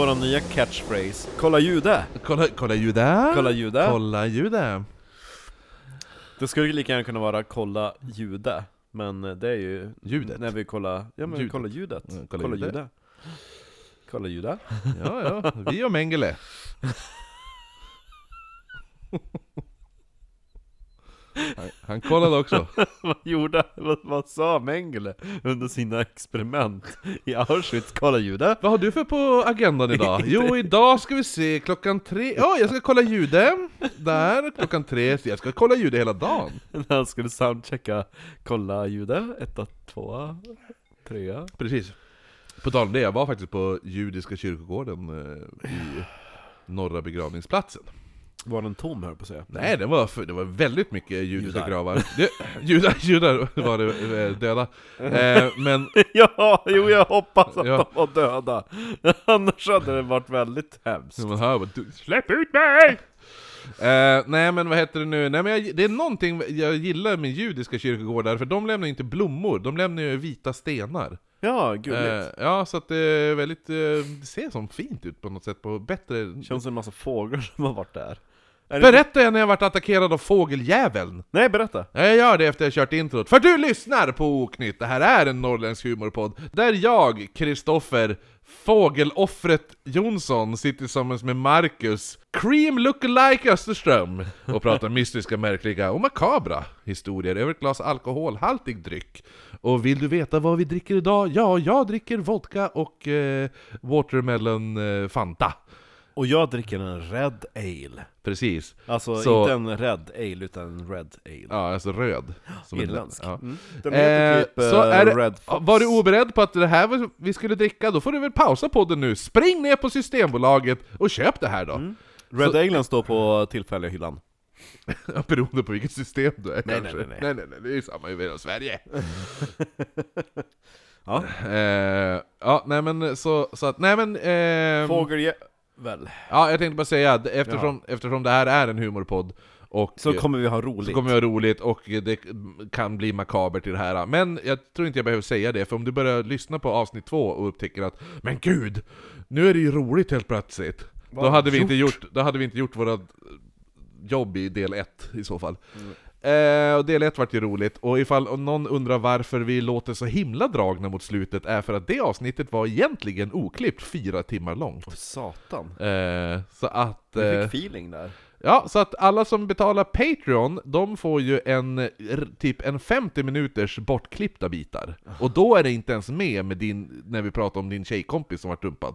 vår nya catchphrase. Kolla ljudet. Kolla ljudet. Kolla ljudet. Kolla ljudet. Det skulle lika gärna kunna vara kolla ljudet. Men det är ju ljudet. När vi kollar, ja men ljudet. Kolla ljudet. Kolla ljudet. Kolla ljudet. Ja, vi och Mengele. Han kollade också. Vad sa Mengele under sina experiment i Auschwitz? Kolla ljudet. Vad har du för på agendan idag? Jo, idag ska vi se klockan 3. Ja, jag ska kolla ljudet. Där, klockan 3. Så jag ska kolla ljudet hela dagen. När han skulle soundchecka kolla ljudet. 1, 2, 3. Precis. På tal om det, jag var faktiskt på judiska kyrkogården i norra begravningsplatsen. Var den tom, hör på att säga? Nej, det var väldigt mycket judiska Judar. gravar. Judar var det döda. Men Ja, jo jag hoppas att Ja. de var döda. Annars hade det varit väldigt hemskt. man hör bara, släpp ut mig! Nej men vad heter det nu? Nej, men det är någonting jag gillar med judiska kyrkogårdar. För de lämnar inte blommor, de lämnar ju vita stenar. Ja, gulligt. Ja, så att det är väldigt, det ser som fint ut på något sätt, på bättre. Känns som en massa fåglar som har varit där. Berätta jag när jag varit attackerad av fågeljäveln. Nej, berätta. Jag gör det efter jag kört introt. För du lyssnar på Oknytt. Det här är en norrländsk humorpodd där jag, Kristoffer Fågeloffret Jonsson, sitter tillsammans med Marcus Cream Lookalike Österström och pratar mystiska, märkliga och makabra historier över ett glas alkoholhaltig dryck. Och vill du veta vad vi dricker idag? Ja, jag dricker vodka och watermelon Fanta. Och jag dricker en Red Ale. Precis. Alltså Så- inte en Red Ale utan en Red Ale. Ja, alltså röd. Som Irländsk. Ja. Den heter typ Så är det, Red Fox. var du oberedd på att det här vi skulle dricka, då får du väl pausa podden nu. Spring ner på Systembolaget och köp det här då. Red så- Alen står på tillfälliga hyllan. Beroende på vilket system du är Nej, kanske. nej. Nej, det är ju samma i hela Sverige. Ja. Ja, nej men så att, nej men... Fågeljävel. Ja, jag tänkte bara säga, eftersom det här är en humorpodd och Så kommer vi ha roligt. så kommer vi ha roligt och det kan bli makabert i det här. Men jag tror inte jag behöver säga det, för om du börjar lyssna på avsnitt 2 och upptäcker att men gud, nu är det ju roligt helt plötsligt. Då hade vi inte gjort våra jobb i del 1 i så fall. Och del 1 vart ju roligt. Och ifall någon undrar varför vi låter så himla dragna mot slutet, är för att det avsnittet var egentligen oklippt 4 timmar långt. Satan. Så att... Vi fick feeling där. Ja, så att alla som betalar Patreon, de får ju typ en 50 minuters bortklippta bitar. Och då är det inte ens med när vi pratar om din tjejkompis som var dumpad.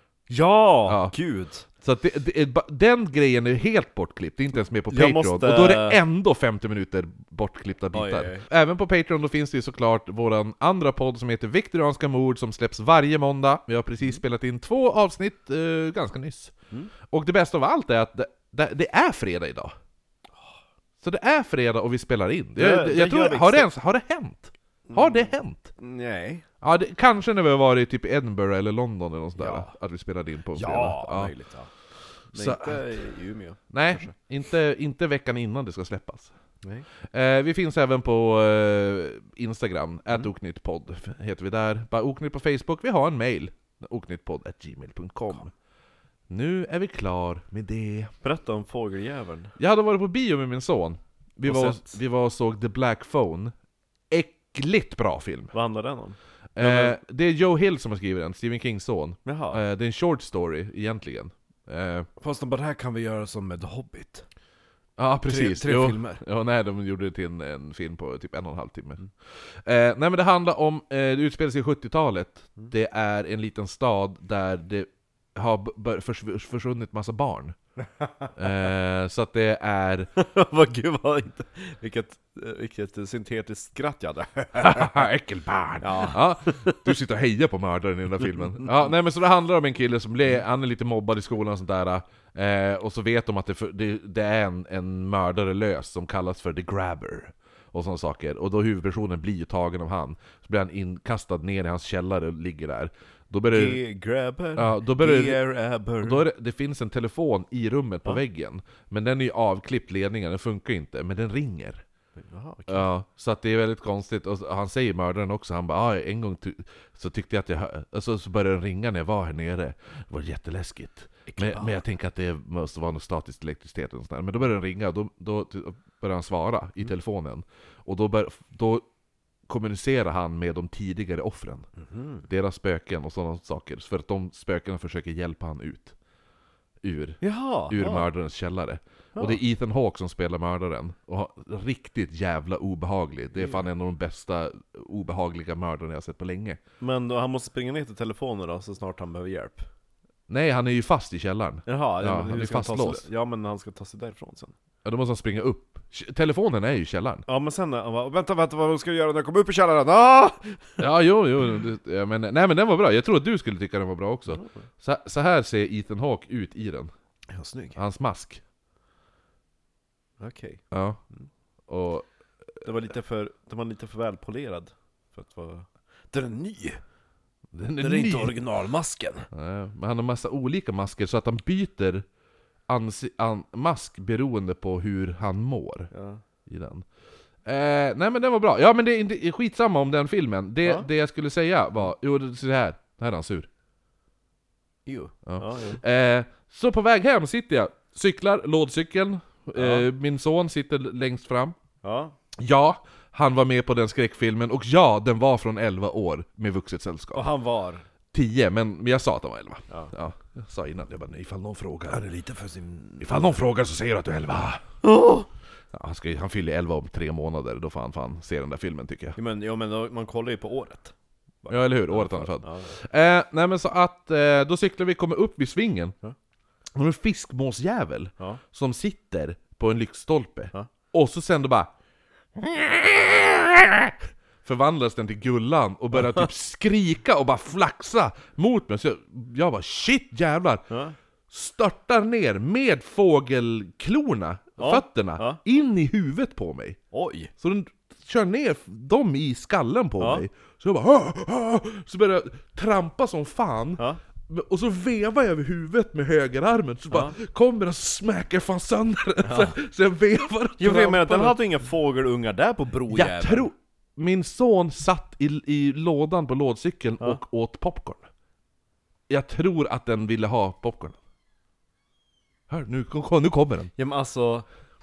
Ja, gud. Så att den grejen är helt bortklippt, det är inte ens med på Patreon. måste- Och då är det ändå 50 minuter bortklippta bitar. Oj. Även på Patreon då finns det ju såklart våran andra podd som heter Viktorianska mord, som släpps varje måndag. Vi har precis spelat in 2 avsnitt ganska nyss. Och det bästa av allt är att det är fredag idag. Så det är fredag och vi spelar in. Jag tror, har det hänt? Har det hänt? Nej. Ja, kanske när vi har varit typ i Edinburgh eller London eller något sånt där, Ja. att vi spelade in på en fredag. Ja, möjligt, ja. Men Så- inte i Umeå. Nej, inte veckan innan det ska släppas. Nej. Vi finns även på Instagram, @oknyttpodd heter vi där. Bara Oknytt på Facebook, vi har en mail, oknyttpodd@gmail.com. Nu är vi klar med det. Berätta om fågeljäveln. Jag hade varit på bio med min son. Vi var och såg The Black Phone. Äckligt bra film. Vad handlar den om? Det är Joe Hill som har skrivit den, Stephen Kings son. Jaha. Det är en short story egentligen. Fast de bara, det här kan vi göra som med The Hobbit. Ja, precis. Tre filmer. Ja, nej, de gjorde det till en film på typ 1,5 timme. Nej, men det handlar om, det utspelar sig i 70-talet. Det är en liten stad där det har försvunnit massa barn. Så att det är... Vad gud, vilket syntetiskt skratt jag hade. Äckelbarn! Ja. Ja, du sitter och hejar på mördaren i den där filmen. Ja, nej, men så det handlar om en kille som han är lite mobbad i skolan och sånt där. Och så vet de att det är en mördare lös som kallas för The Grabber och såna saker. Och då huvudpersonen blir ju tagen av han. Så blir han inkastad ner i hans källare och ligger där. Då börjar det finns en telefon i rummet på väggen. Men den är ju avklippt, ledningen, den funkar inte. Men den ringer. Jaha, okej. Ja, så att det är väldigt konstigt. Och han säger mördaren också, han bara en gång så tyckte jag att alltså, så började den ringa när jag var här nere. Det var jätteläskigt. Men jag tänker att det måste vara något statiskt elektricitet och sånt. Men då började den ringa, då började han svara i telefonen. Och då kommunicerar han med de tidigare offren. Deras spöken och sådana saker. För att de spökena försöker hjälpa han ut ur mördarens källare. Och det är Ethan Hawke som spelar mördaren. Och riktigt jävla obehaglig. Det är fan en av de bästa obehagliga mördarna jag har sett på länge. Men då, han måste springa ner till telefonen då, så snart han behöver hjälp. Nej, han är ju fast i källaren. Jaha, Ja, men han är fastlåst. Ja, men han ska ta sig därifrån sen. Ja, då måste han springa upp. Telefonen är ju i källaren. Ja, men sen han bara, vänta, vad ska jag göra när jag kommer upp i källaren? Ah! Ja, jo, men den var bra. Jag tror att du skulle tycka den var bra också. Så här ser Ethan Hawke ut i den. Ja, snygg. Hans mask. Okej. Ja. Och Den var lite för välpolerad för att vara... Den är ny! den Den är inte originalmasken. Nej, men han har massa olika masker så att han byter mask beroende på hur han mår i den. Nej, men den var bra. Ja, men det är inte skitsamma om den filmen. Det jag skulle säga var, så här är han sur. Jo. Ja. Så på väg hem sitter jag, cyklar, lådcykeln. Min son sitter längst fram. Ja, han var med på den skräckfilmen. Och ja, den var från 11 år med vuxet sällskap. Och han var 10, men jag sa att han var 11. Ja, jag sa innan, jag bara, nej, ifall någon frågar. Han är lite för sin... Ifall någon frågar så säger du att du är 11. Ja, han fyller 11 om 3 månader. Då får han fan se den där filmen, tycker jag. Ja, men då, man kollar ju på året. Ja, eller hur? Året han är född. Nej, men så att då cyklar vi, kommer upp vid svingen. Och en fiskmåsjävel som sitter på en lyktstolpe. Och så sen då bara förvandlas den till Gullan och börjar typ skrika och bara flaxa mot mig. Så jag bara, shit jävlar. Störtar ner med fågelklorna, fötterna, in i huvudet på mig. Oj. Så den kör ner dem i skallen på mig. Så jag bara, så börjar jag trampa som fan. Och så vevar jag över huvudet med högerarmen. Så bara kommer den och smäcker fan sönder den. Så jag vevar och jag menar, den hade inga fågelungar där på brojäveln. Jag tror min son satt i lådan på lådcykeln och åt popcorn. Jag tror att den ville ha popcorn. Hör, nu kommer den. Ja, men alltså,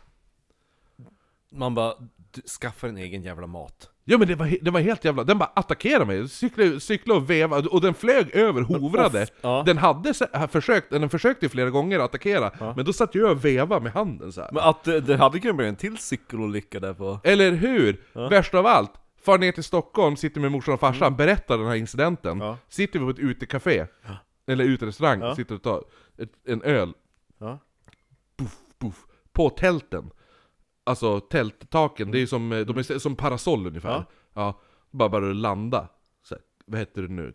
man bara skaffar en egen jävla mat. Ja, men det var helt jävla... Den bara attackerade mig, cykla och veva. Och den flög över, hovrade. Den försökte flera gånger att attackera. Men då satt jag och veva med handen så här. Men att det hade kunnat bli en till cykelolycka där på... Eller hur? Värst av allt, far ner till Stockholm, sitter med morsan och farsan, berättar den här incidenten. Sitter vi på ett utekafé eller uterestaurang, sitter och tar en öl. Puff, puff, på tälten. Alltså tälttaken, det är som, de är som parasoll ungefär. Bara landa. Så här, vad heter det nu?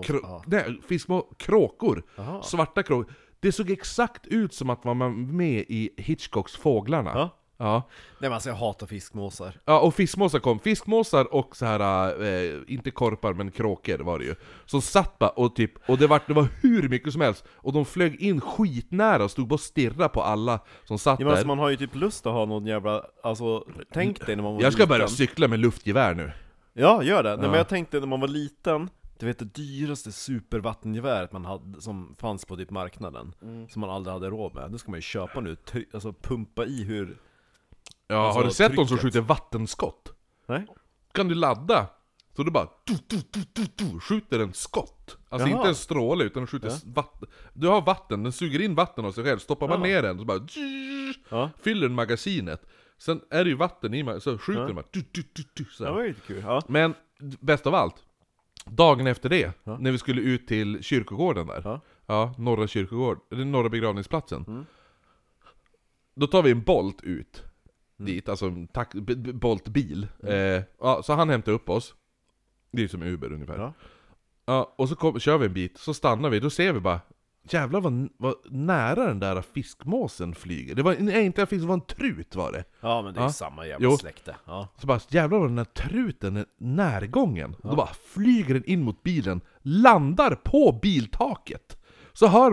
Kråkor. Svarta kråkor. Det såg exakt ut som att man var med i Hitchcocks Fåglarna. Nej, men alltså jag hatar fiskmåsar. Ja, och fiskmåsar kom. Fiskmåsar och så här, inte korpar men kråkor var det ju. Som satt bara och typ, och det var hur mycket som helst. Och de flög in skitnära och stod bara och stirrade på alla som satt där. Alltså man har ju typ lust att ha någon jävla, alltså tänk dig när man var Jag ska börja cykla med luftgevär nu. Ja, gör det. Nej, men jag tänkte när man var liten, du vet det dyraste supervattengeväret man hade, som fanns på typ marknaden, som man aldrig hade råd med. Det ska man ju köpa nu, alltså pumpa i hur... Ja, alltså, har du sett trycket. de som skjuter vattenskott? Nej. Kan du ladda? Så du bara skjuter en skott. Alltså inte en stråle utan skjuter vatten. Du har vatten, den suger in vatten av sig själv. Stoppar man ner den så bara fyller den magasinet. Sen är det ju vatten i så skjuter den bara så det var lite kul. Men bäst av allt, dagen efter det, när vi skulle ut till kyrkogården där. Norra kyrkogård, eller norra begravningsplatsen. Då tar vi en Bolt ut dit, alltså en Bolt-bil. Så han hämtar upp oss. Det är som Uber ungefär. Och så kör vi en bit, så stannar vi, då ser vi bara, jävlar vad nära den där fiskmåsen flyger. Det var inte en fisk, det var en trut var det. Ja, men det är samma jävla släkte. Så bara, jävlar vad den där truten är närgången. Och då bara flyger den in mot bilen, landar på biltaket. Så hör man bara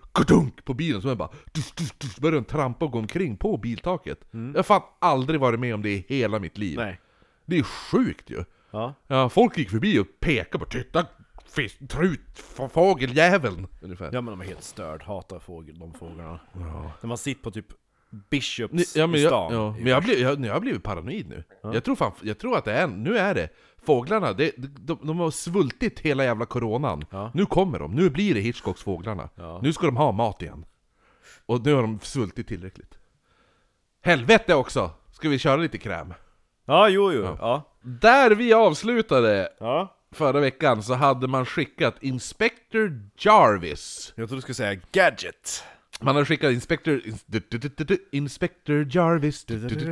Kudunk på bilen, så jag bara började den trampa och gå omkring på biltaket. Jag har fan aldrig varit med om det i hela mitt liv. Nej. Det är sjukt ju. Ja. Folk gick förbi och pekade på titta, fågeljäveln ungefär. Ja, men de är helt störd, hatar de fåglarna. När man sitter på typ Bishops Men i stan. men jag har blivit paranoid nu. Jag tror att nu är det fåglarna, de har svultit hela jävla coronan. Nu kommer de, nu blir det Hitchcocks fåglarna. Nu ska de ha mat igen. Och nu har de svultit tillräckligt. Helvete också! Ska vi köra lite kräm? Ja, jo. Ja. Där vi avslutade Ja. förra veckan så hade man skickat Inspector Jarvis. Jag tror du skulle säga Gadget. Man har skickat Inspector Jarvis.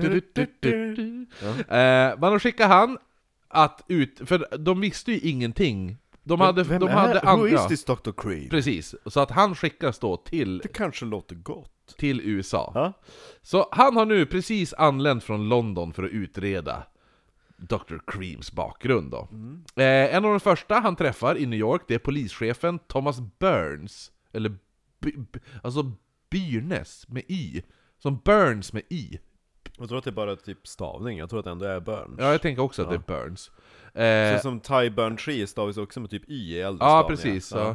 Man har skickat han att ut, för de visste ju ingenting. Who is this Dr. Cream? Precis, så att han skickas då till... Det kanske låter gott. Till USA. Ja. Så han har nu precis anlänt från London för att utreda Dr. Creams bakgrund då. En av de första han träffar i New York, det är polischefen Thomas Burns. Eller alltså Byrnes med Y. Som Burns med Y. Jag tror att det är bara typ stavning, jag tror att det ändå är Burns. Ja, jag tänker också att det är Burns. Så som Ty Burn Tree stavas också med typ Y i äldre Ja, stavningar. precis. Ja.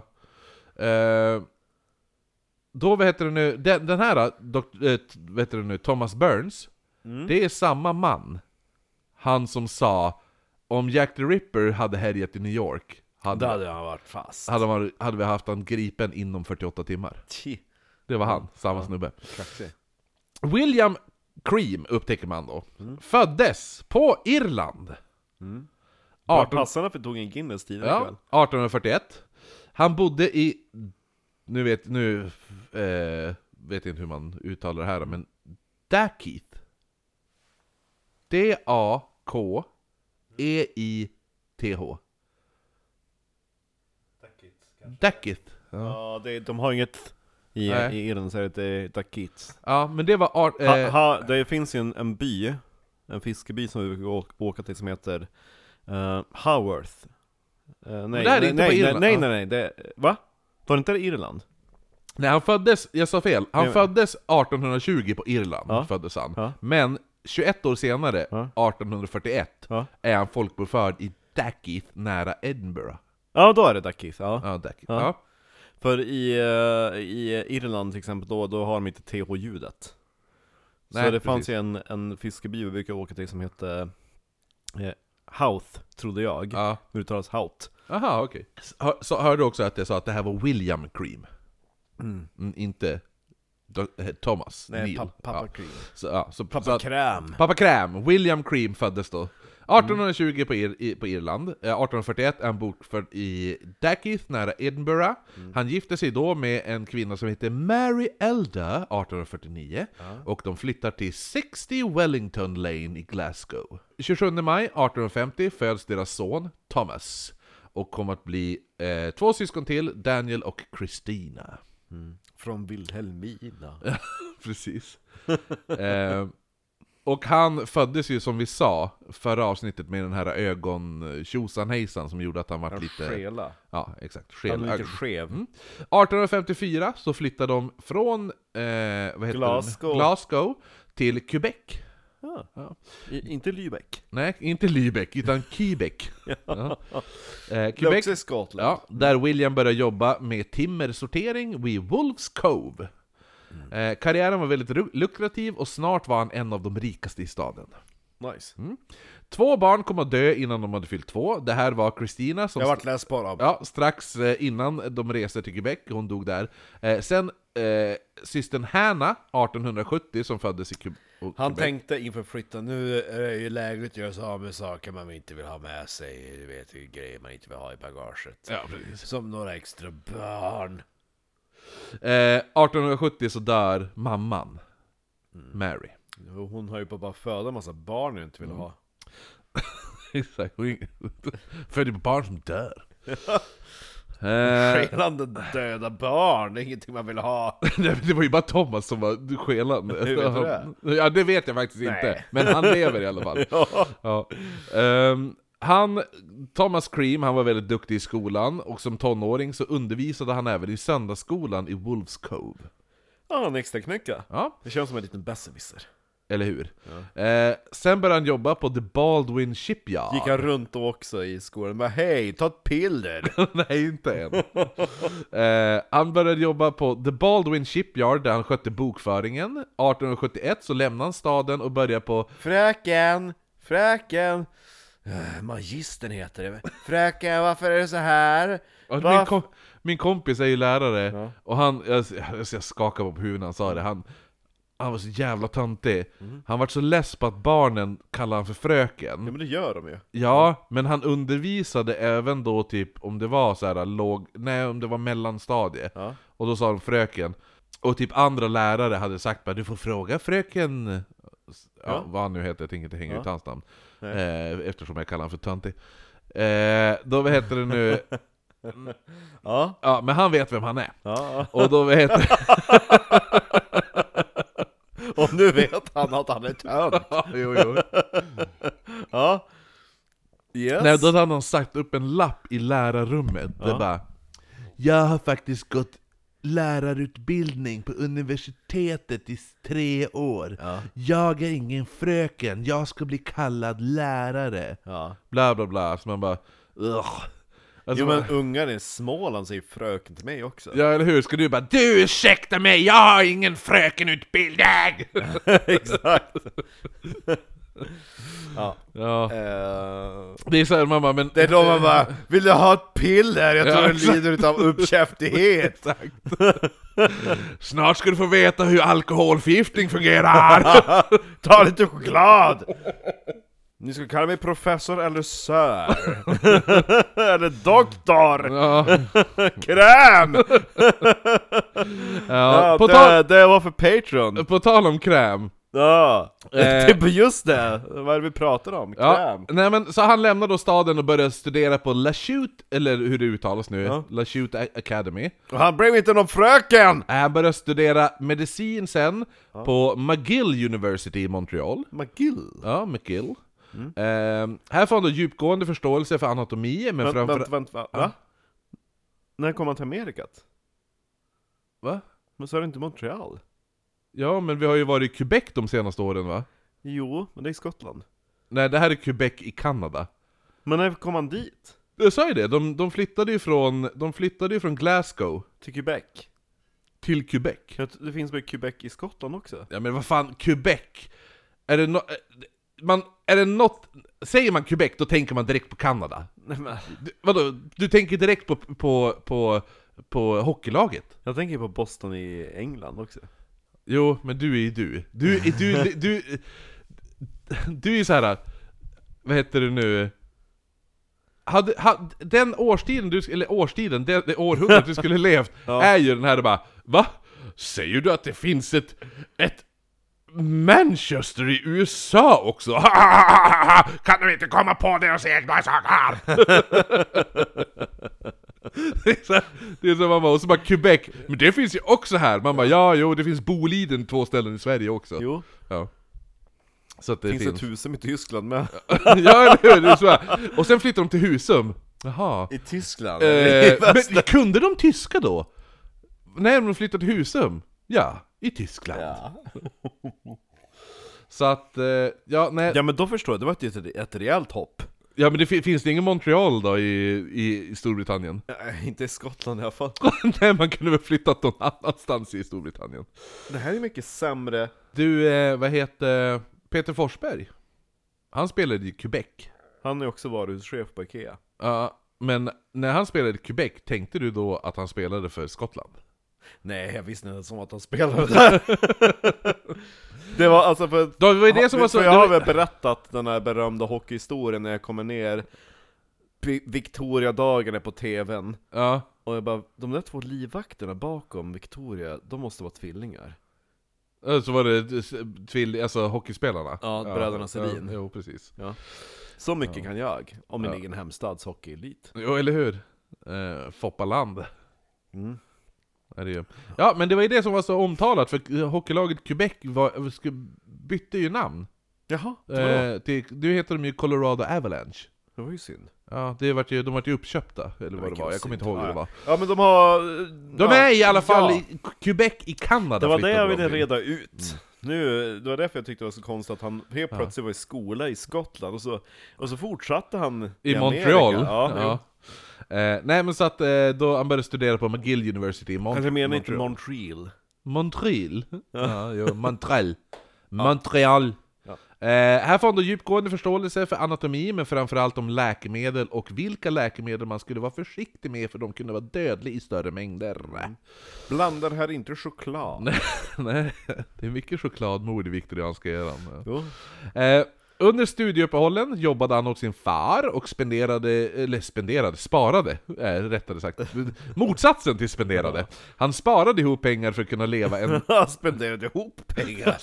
Då, vad heter det nu, den här, vad heter det nu, Thomas Burns, det är samma man. Han som sa, om Jack the Ripper hade härjat i New York, Då hade han varit fast. hade vi haft han gripen inom 48 timmar. Tji. Det var han, samma snubbe. Kaxig. William Cream upptäcker man då. Föddes på Irland. 18... Passarna för tog en Guinness tidigare Ja, ikväll. 1841. Han bodde i... Nu vet jag inte hur man uttalar det här, men Dakeith. D-A-K-E-I-T-H. Dakeith. Ja, de har inget i Irland, så är det Dakeith. Ja, men det var... Det finns ju en by, en fiskeby som vi brukar åka till som heter Haworth. Nej, det här är inte på Irland. Nej. Va? Var det inte Irland? Nej, han föddes, jag sa fel, han föddes 1820 på Irland, föddes han. Ja. Men 21 år senare, 1841, är han folkbokförd i Dakeith nära Edinburgh. Ja, då är det Dakeith, Ja, Dakeith. Ja. För i Irland till exempel, då har de inte TH-ljudet. Så det fanns ju en fiskeby vi brukar åka till som heter Houth, trodde jag. Men det uttalas Houth. Aha, okej. Så hörde du också att jag sa att det här var William Cream. Inte Thomas. Nej, pappa Cream. Så Pappa Kräm. Pappa Kräm. William Cream föddes då 1820 på Irland. 1841 är han bokförd i Dakeith nära Edinburgh. Han gifte sig då med en kvinna som heter Mary Elder 1849. Och de flyttar till 60 Wellington Lane i Glasgow. 27 maj 1850 föds deras son Thomas. Och kommer att bli 2 syskon till, Daniel och Christina. Från Wilhelmina. Precis. Och han föddes ju som vi sa förra avsnittet med den här ögontjosan-hejsan som gjorde att han var lite... Skela. Ja, exakt. Han var lite skev. 1854 så flyttade de från Glasgow till Quebec. Ja. Inte Lübeck. Nej, inte Lübeck, utan Quebec. Quebec är Skottland. Ja, där William började jobba med timmersortering vid Wolf's Cove. Karriären var väldigt lukrativ och snart var han en av de rikaste i staden. Nice. 2 barn kom att dö innan de hade fyllt 2. Det här var Christina som... Jag vart läst på dem. Ja, strax innan de reste till Quebec, hon dog där. Sen systern Hannah 1870 som föddes i Quebec. Han tänkte inför flytten, nu är det ju lägligt att göra sig av med saker man inte vill ha med sig. Du vet, grejer man inte vill ha i bagaget. Ja, precis. Som några extra barn. 1870 så dör mamman, Mary. Hon har ju bara föda en massa barn hon inte vill ha. Exakt, föder på barn som dör. Skelande döda barn, det är ingenting man vill ha. Det var ju bara Thomas som var skelande. Hur vet du det? Ja, det vet jag faktiskt inte. Men han lever i alla fall. Ja. Thomas Cream, han var väldigt duktig i skolan, och som tonåring så undervisade han även i söndagsskolan i Wolves Cove. Ja, en extra knäcka. Ja. Det känns som en liten besserwisser. Eller hur? Ja. Sen började han jobba på The Baldwin Shipyard. Gick han runt också i skolan? Bara, hej, ta ett piller! Nej, inte än. Han började jobba på The Baldwin Shipyard där han skötte bokföringen. 1871 så lämnade han staden och började på... Fröken! Magistern heter det. Fröken, varför är det så här? Min kompis är ju lärare, och jag skakade på huvudet när han sa det. Han var så jävla töntig. Han var så less på att barnen kallar han för fröken. Ja, men det gör de ju. Ja, men han undervisade även då typ om det var så här om det var mellanstadie. Ja. Och då sa de fröken. Och typ andra lärare hade sagt bara, du får fråga fröken. Ja, vad han nu heter, jag tänker inte hänga ut hans namn. Eftersom jag kallar han för töntig. Då heter det nu... Ja, men han vet vem han är. Ja. Och då heter och nu vet han att han är tönt. Jo. Ja. Yes. Nej, då hade han sagt upp en lapp i lärarrummet. Det bara, jag har faktiskt gått lärarutbildning på universitetet i 3 år. Jag är ingen fröken, jag ska bli kallad lärare. Bla bla bla. Så man bara, alltså, jo, men ungar i Småland säger fröken till mig också. Ja, eller hur? Ska du bara, du ursäkta mig, jag har ingen frökenutbildning! Exakt. Det är så här, mamma, men... Det är då man bara, vill du ha ett piller? Jag tror den lider av uppkäftighet. Exakt. Snart ska du få veta hur alkoholförgiftning fungerar. Ta lite choklad. Ni ska kalla mig professor eller sir. Eller doktor. Kräm. Det var för Patreon. På tal om kräm. Ja, typ just det. Vad är det vi pratar om? Kräm. Nej, men så han lämnade då staden och började studera på Lachute, eller hur det uttalas nu, Lachute Academy. Och han blev inte någon fröken! Han började studera medicin sen på McGill University i Montreal. McGill? Ja, McGill. Här får han då djupgående förståelse för anatomi, men vänta, va? När kom han till Amerikat? Va? Men så är det inte Montreal? Ja, men vi har ju varit i Quebec de senaste åren, va? Jo, men det är i Skottland. Nej, det här är Quebec i Kanada. Men när kom han dit? Jag sa ju det, de flyttade ju från Glasgow till Quebec. Till Quebec. Det finns väl Quebec i Skottland också? Ja, men vad fan, Quebec? Är det något... Säger man Quebec, då tänker man direkt på Kanada. Nej, men... Vadå? Du tänker direkt på hockeylaget? Jag tänker på Boston i England också. Jo, men du är ju du. Du är ju så här. Vad heter det nu? Den årstiden det århundradet du skulle levt är ju den här bara, va? Säger du att det finns ett Manchester i USA också? Kan du inte komma på deras egna saker? Det är så mamma, och så bara Quebec. Men det finns ju också här. Mamma, det finns Boliden 2 ställen i Sverige också. Jo. Ja. Så att det finns ett Husum i Tyskland med. Ja, eller hur? Det är så här. Och sen flyttar de till Husum. Jaha. I Tyskland? Men kunde de tyska då? När de flyttade till Husum? Ja, i Tyskland. Ja. Så att, nej. Ja, men då förstår jag, det var ett rejält hopp. Ja, men finns det ingen Montreal då i Storbritannien? Inte i Skottland i alla fall. Nej, man kunde väl flyttat någon annanstans i Storbritannien. Det här är mycket sämre. Du, vad heter Peter Forsberg? Han spelade i Quebec. Han är också varuhuschef på Ikea. Ja, men när han spelade i Quebec, tänkte du då att han spelade för Skottland? Nej, jag visste inte som att han spelade där. Det var alltså för jag har väl berättat den här berömda hockeyhistorien när jag kommer ner. Victoria-dagen är på tvn. Ja. Och jag bara, de där 2 livvakterna bakom Victoria, de måste vara tvillingar. Så var det alltså hockeyspelarna? Ja, bröderna Sedin. Jo, precis. Ja. Så mycket kan jag om min egen hemstads hockeyelit. Jo, eller hur? Foppaland. Är det ju. Ja, men det var ju det som var så omtalat, för hockeylaget Quebec bytte ju namn. Jaha, nu heter de ju Colorado Avalanche. Det var ju synd. Ja, de vart ju uppköpta, eller vad det var. Jag kommer inte ihåg hur det var. Ja, men de är i alla fall i Quebec i Kanada. Det var det jag ville reda ut. Nu, det var därför jag tyckte det var så konstigt att han helt plötsligt var i skola i Skottland och så fortsatte han i Montreal. Ja. Nej, men så att då han började studera på McGill University i Montreal. Jag menar inte Montreal. Montreal? Ja, jo, Montreal. Montreal. Här får han då djupgående förståelse för anatomi, men framförallt om läkemedel och vilka läkemedel man skulle vara försiktig med, för de kunde vara dödliga i större mängder. Blandar här inte choklad. Nej, det är mycket chokladmord i viktorianska eran. Under studieuppehållen jobbade han åt sin far och sparade, rättare sagt. Motsatsen till spenderade. Han sparade ihop pengar för att kunna leva en... Spenderade ihop pengar.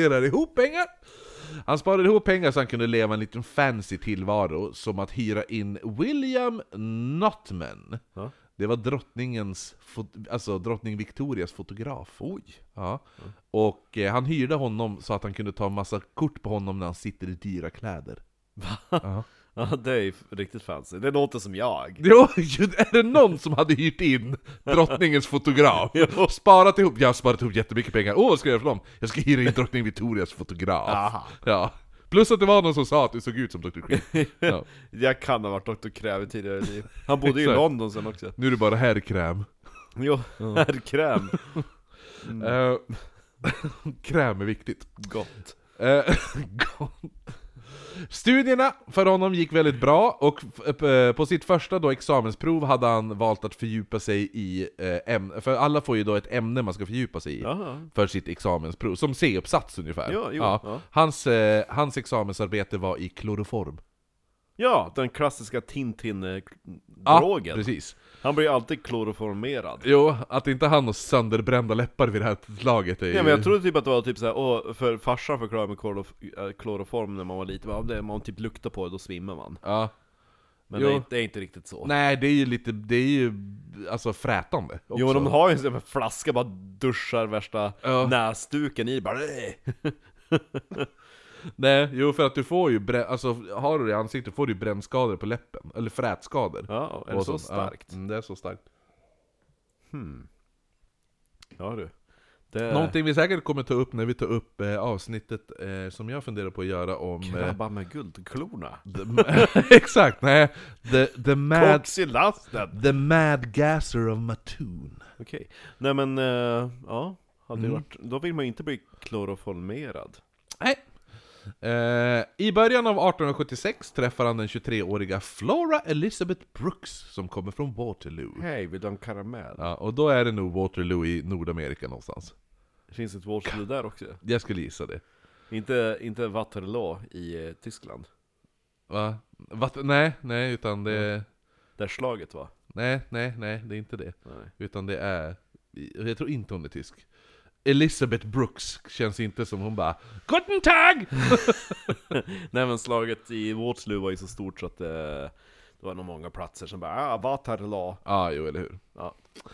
Han sparade ihop pengar så han kunde leva en liten fancy tillvaro, som att hyra in William Notman. Det var drottning Victorias fotograf. Oj. Ja. Och han hyrde honom så att han kunde ta en massa kort på honom när han sitter i dyra kläder. Va? Ja, det är riktigt fancy. Det låter som jag. Jo, är det någon som hade hyrt in drottningens fotograf? Jag har sparat ihop jättemycket pengar. Vad ska jag göra för dem? Jag ska hyra in drottning Victorias fotograf. Aha. Ja. Plus att det var någon som sa att det såg ut som Dr. Cream. Ja. Jag kan ha varit Dr. Kräm i tidigare liv. Han bodde i London sen också. Nu är det bara herrkräm. Jo, herrkräm. Kräm är viktigt. Gott. Gott. Studierna för honom gick väldigt bra, och på sitt första då examensprov hade han valt att fördjupa sig i ämne, för alla får ju då ett ämne man ska fördjupa sig i. Aha. För sitt examensprov, som C-uppsats ungefär. Ja. Hans examensarbete var i kloroform. Ja, den klassiska Tintin-drogen. Ja, precis. Han blir alltid kloroformerad. Jo, att inte han har sönderbrända läppar vid det här laget är ju... Ja, men jag trodde typ att det var typ såhär, för farsan förklarade med kloroform när man var liten. Om man typ luktar på det, då svimmar man. Ja. Men det är inte riktigt så. Nej, det är ju alltså frätande också. Jo, men de har ju en flaska, bara duschar värsta näsduken i, bara... Nej, jo, för att du får ju alltså har du det i ansiktet får du ju brännskador på läppen, eller frätskador. Ja, är det så starkt? Ja, det är så starkt. Ja du. Någonting vi säkert kommer ta upp när vi tar upp avsnittet som jag funderar på att göra om... Krabba med guldklorna. Exakt, nej. The Mad Gasser of Mattoon. Okej. Nej men, ja. Då vill man ju inte bli kloroformerad. Nej. I början av 1876 träffar han den 23-åriga Flora Elizabeth Brooks, som kommer från Waterloo. Hej, vill du ha en karamell? Ja, och då är det nog Waterloo i Nordamerika någonstans. Det finns ett Waterloo där också. Jag skulle gissa det. Inte Waterloo i Tyskland. Va? Nej, utan det... Där slaget va? Nej, det är inte det. Nej. Utan det är... Jag tror inte hon är tysk. Elizabeth Brooks känns inte som hon bara Guten Tag! Nej, men slaget i Waterloo var ju så stort så att det var nog många platser som bara Waterloo. Ja, jo, eller hur. Ja.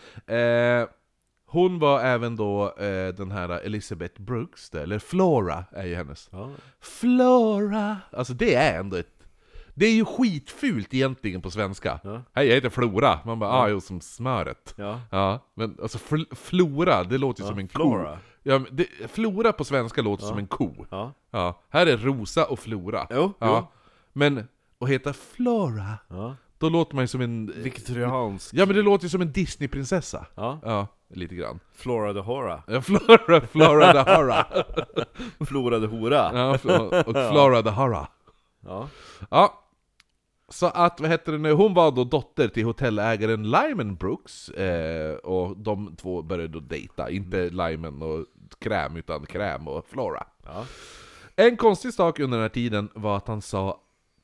Hon var även då den här Elizabeth Brooks, eller Flora är ju hennes. Ja. Flora! Alltså det är ändå det är ju skitfult egentligen på svenska. Ja. Hej, jag heter Flora. Man bara, jo, som smöret. Ja. Men alltså Flora, det låter ju som en Flora. ko. Ja, Flora på svenska låter som en ko. Ja. Här är Rosa och Flora. Jo. Men att heta Flora, då låter man ju som en... Viktoriansk. Ja, men det låter ju som en Disney-prinsessa. Ja, lite grann. Flora the Hora. Ja, Flora the Hora. Flora the Hora. Ja, och Flora the Hora. Ja. Så att, vad heter det nu? Hon var då dotter till hotellägaren Lyman Brooks, och de två började då dejta. Inte Lyman och Kräm, utan Kräm och Flora. Ja. En konstig sak under den här tiden var att han sa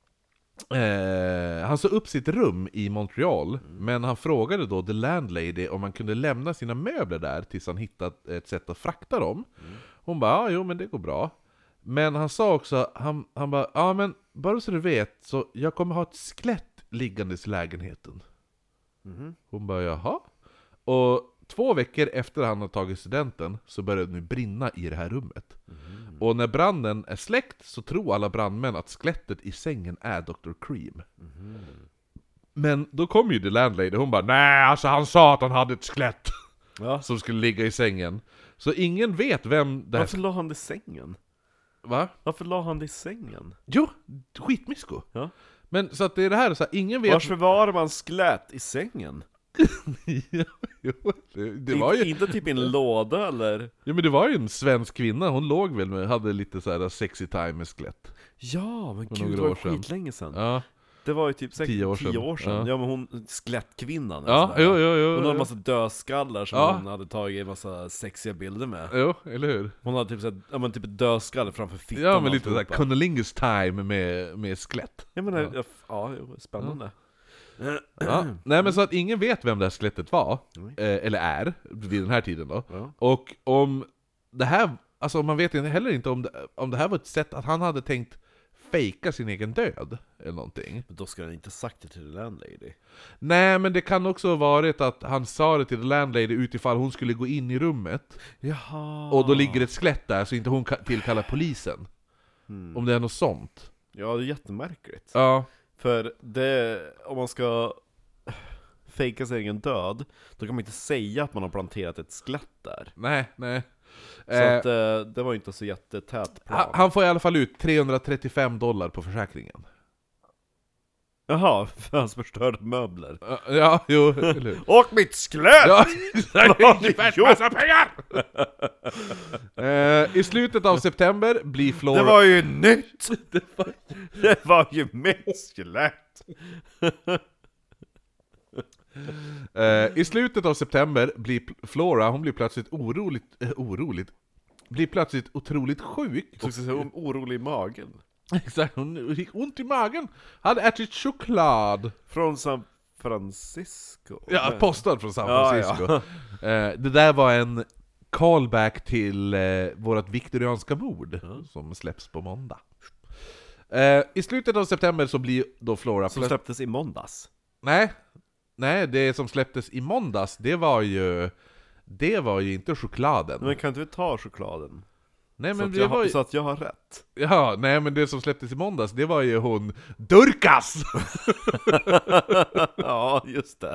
upp sitt rum i Montreal, men han frågade då the landlady om han kunde lämna sina möbler där tills han hittat ett sätt att frakta dem. Hon bara, jo men det går bra. Men han sa också, han bara, ja men bara så du vet, så jag kommer ha ett skelett liggandes i lägenheten. Hon bara, jaha. Och 2 veckor efter han har tagit studenten så började det nu brinna i det här rummet. Och när branden är släckt så tror alla brandmän att skelettet i sängen är Dr. Cream. Men då kom ju The Landlady, hon bara nej, alltså han sa att han hade ett skelett som skulle ligga i sängen. Så ingen vet vem det här... Varför la han det i sängen? Va? Varför la han det i sängen? Jo, skitmysko. Ja. Men så att det är det här, så här, ingen vet... Varför var man skelett i sängen? Jo, det var ju... Inte typ i en låda eller? Ja, men det var ju en svensk kvinna, hon låg väl med, hade lite så här sexy time med skelett. Ja, men För gud, det några var år sedan. skitlänge sedan. Ja. Det var ju typ 10 år sedan. Ja. Ja, men hon, skelettkvinnan. Ja, jo. Hon hade en massa dödskallar som hon hade tagit en massa sexiga bilder med. Jo, eller hur? Hon hade typ såhär, ja men typ ett dödskalle framför fittan. Ja, men lite såhär cunnilingus time med skelett. Jag menar, spännande. Ja. Nej, men så att ingen vet vem det här skelettet var, eller är, vid den här tiden då. Ja. Och om det här, alltså man vet heller inte om det här var ett sätt att han hade tänkt fejka sin egen död, eller någonting. Men då ska han inte sagt det till The Landlady. Nej, men det kan också ha varit att han sa det till The Landlady utifall hon skulle gå in i rummet. Jaha. Och då ligger ett skelett där, så inte hon tillkallar polisen. Om det är något sånt. Ja, det är jättemärkligt. Ja. För det, om man ska fejka sin egen död, då kan man inte säga att man har planterat ett skelett där. Nej. Så att det var inte så jättetät plan. Han får i alla fall ut $335 på försäkringen. Jaha, för hans förstörda möbler. Ja, jo, eller hur? Och mitt skelett! Ja, massa pengar! I slutet av september blir Flora... Det var ju nytt! Det var ju mitt skelett! I slutet av september blir Flora, hon blir plötsligt blir plötsligt otroligt sjuk. Så orolig i magen. Exakt, hon fick ont i magen. Hade ätit choklad. Från San Francisco. Ja, postad från San Francisco. Det där var en callback till vårat viktorianska mord som släpps på måndag. I slutet av september så blir då Flora... Som släpptes i måndags. Nej, det som släpptes i måndags, det var ju inte chokladen. Men kan inte vi ta chokladen? Nej, men så att jag har rätt. Ja, nej, men det som släpptes i måndags, det var ju hon Durkas! Ja, just det.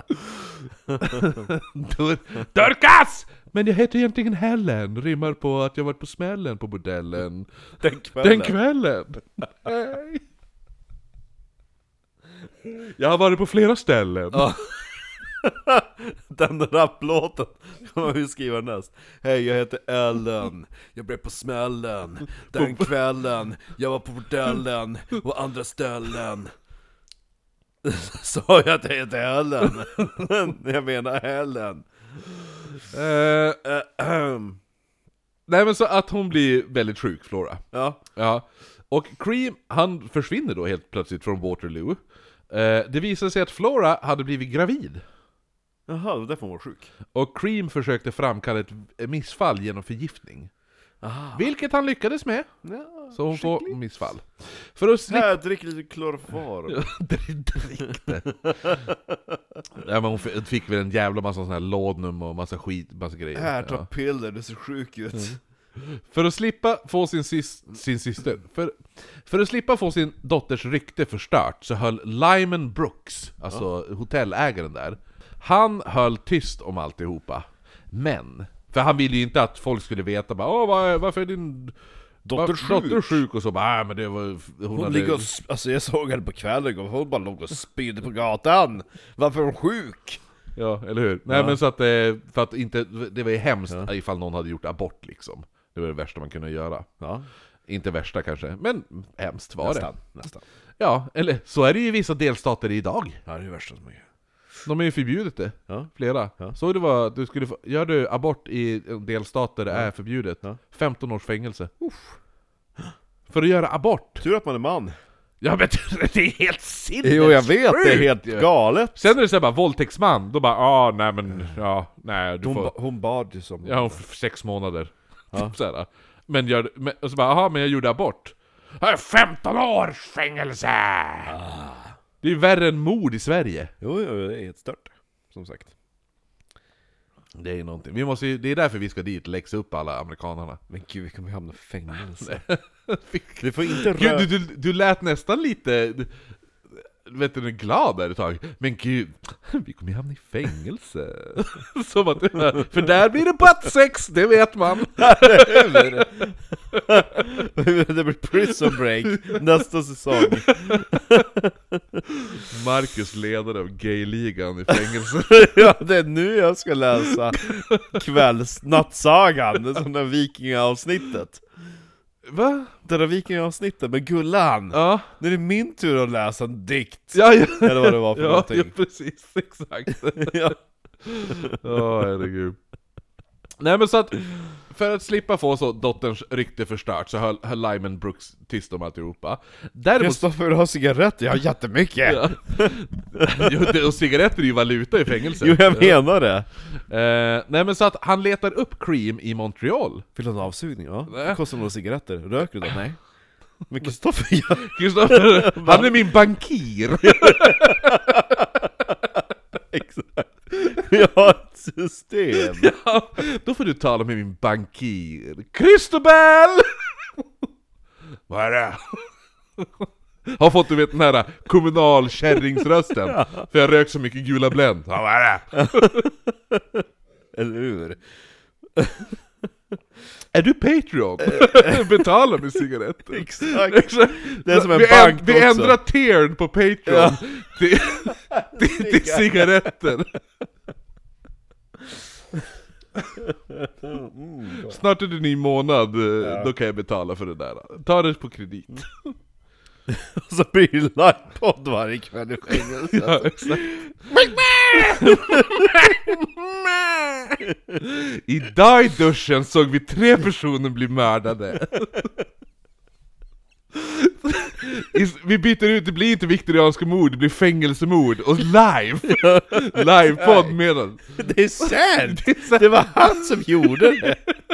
Durkas! Men jag heter egentligen Helen, rimmar på att jag varit på smällen på bordellen. Den kvällen. Nej. Jag har varit på flera ställen. Ja. Den rapplåten kommer vi skriva näst. Hej, jag heter Ellen. Jag blev på smällen den kvällen. Jag var på bordellen och andra ställen. Sa jag att jag heter Ellen? Jag menar Helen. Nej, men så att hon blir väldigt sjuk, Flora. Ja. Och Cream, han försvinner då helt plötsligt från Waterloo. Det visade sig att Flora hade blivit gravid. Jaha, det var därför hon var sjuk. Och Cream försökte framkalla ett missfall genom förgiftning. Aha. Vilket han lyckades med. Ja, så hon får missfall. För att slippa... Här, drick lite kloroform. Drick det. Ja, men hon fick väl en jävla massa sån här lådnum och massa skit, massa grejer. Här, ta piller, du ser sjuk ut. För att slippa få sin syster för att slippa få sin dotters rykte förstört, så höll Lyman Brooks, alltså hotellägaren där, han höll tyst om alltihopa. Men för han ville ju inte att folk skulle veta bara, varför är din dotter sjuk? Och så bara, men det var hon hade... ligger alltså jag såg henne på kvällen och hon bara låg och spydde på gatan. Varför är hon sjuk? Ja, eller hur? Nej, men så att för att inte, det var ju hemskt ifall någon hade gjort abort liksom. Det var det värsta man kunde göra. Ja. Inte värsta kanske, men hemskt var Nästan. Ja, eller så är det ju i vissa delstater idag. Ja, det är det värsta som man gör. De är ju förbjudet det. Ja. Flera. Ja. Så det var, gör du abort i delstater det är förbjudet. 15 års fängelse. För att göra abort. Tur att man är man. Ja, men det är helt sinnessjukt. Jo, jag vet, det är helt galet. Sen är det så bara våldtäktsman. Då bara, nej men, nej. Hon bad ju som... Ja, hon 6 månader. Ja. Typ såhär. Och så bara, men jag gjorde abort. 15 års fängelse! Det är ju värre än mord i Sverige. Jo, det är helt stört. Som sagt. Det är någonting. Det är därför vi ska dit läxa upp alla amerikanerna. Men gud, vi kommer hamna i fängelse. Vi får inte gud, du lät nästan lite... Vet du, glad där ett tag. Men gud, vi kommer hamna i fängelse. Som att, för där blir det buttsex, det vet man. Det blir Prison Break nästa säsong. Marcus, ledare av gayligan i fängelse. Ja, det är nu jag ska läsa nattsagan, det sådana vikingaavsnittet. Va? Det där vikingaavsnittet med Gullan. Ja. Nu är det min tur att läsa en dikt. Ja. Eller vad det var för någonting. Ja, precis, exakt. Ja. Herregud. Nej, men så att för att slippa få så dotterns rykte förstört så höll Lyman Brooks tyst om alltihopa. Kristoffer vill ha cigaretter, jag har jättemycket. Ja. Och cigaretter är ju valuta i fängelse. Jo, jag menar det. Nej, men så att han letar upp Cream i Montreal. Vill du ha en avsugning? Ja. Nej. Det kostar några cigaretter. Röker du då? Nej. Men Kristoffer, han är min bankir. Exakt. Jag har ett system. Ja, då får du tala med min bankir. Christobel! Vad är det? Har fått, du vet, den här kommunalkärringsrösten. Ja. För jag rök så mycket gula Blend. Ja, vad är det? Eller hur? Är du Patreon? Betala med cigaretter. Exakt. Det är som en bank vi ändrar tiern på Patreon till cigaretter. Snart är det ny månad. Då kan jag betala för det där. Ta det på kredit. Och så blir det livepodd varje kväll i fängelset. Ja, exakt. Idag i duschen såg vi 3 personer bli mördade. Vi byter ut, det blir inte viktorianska mord, det blir fängelsemord. Och livepodd medan. Det är sant! Det var han som gjorde det.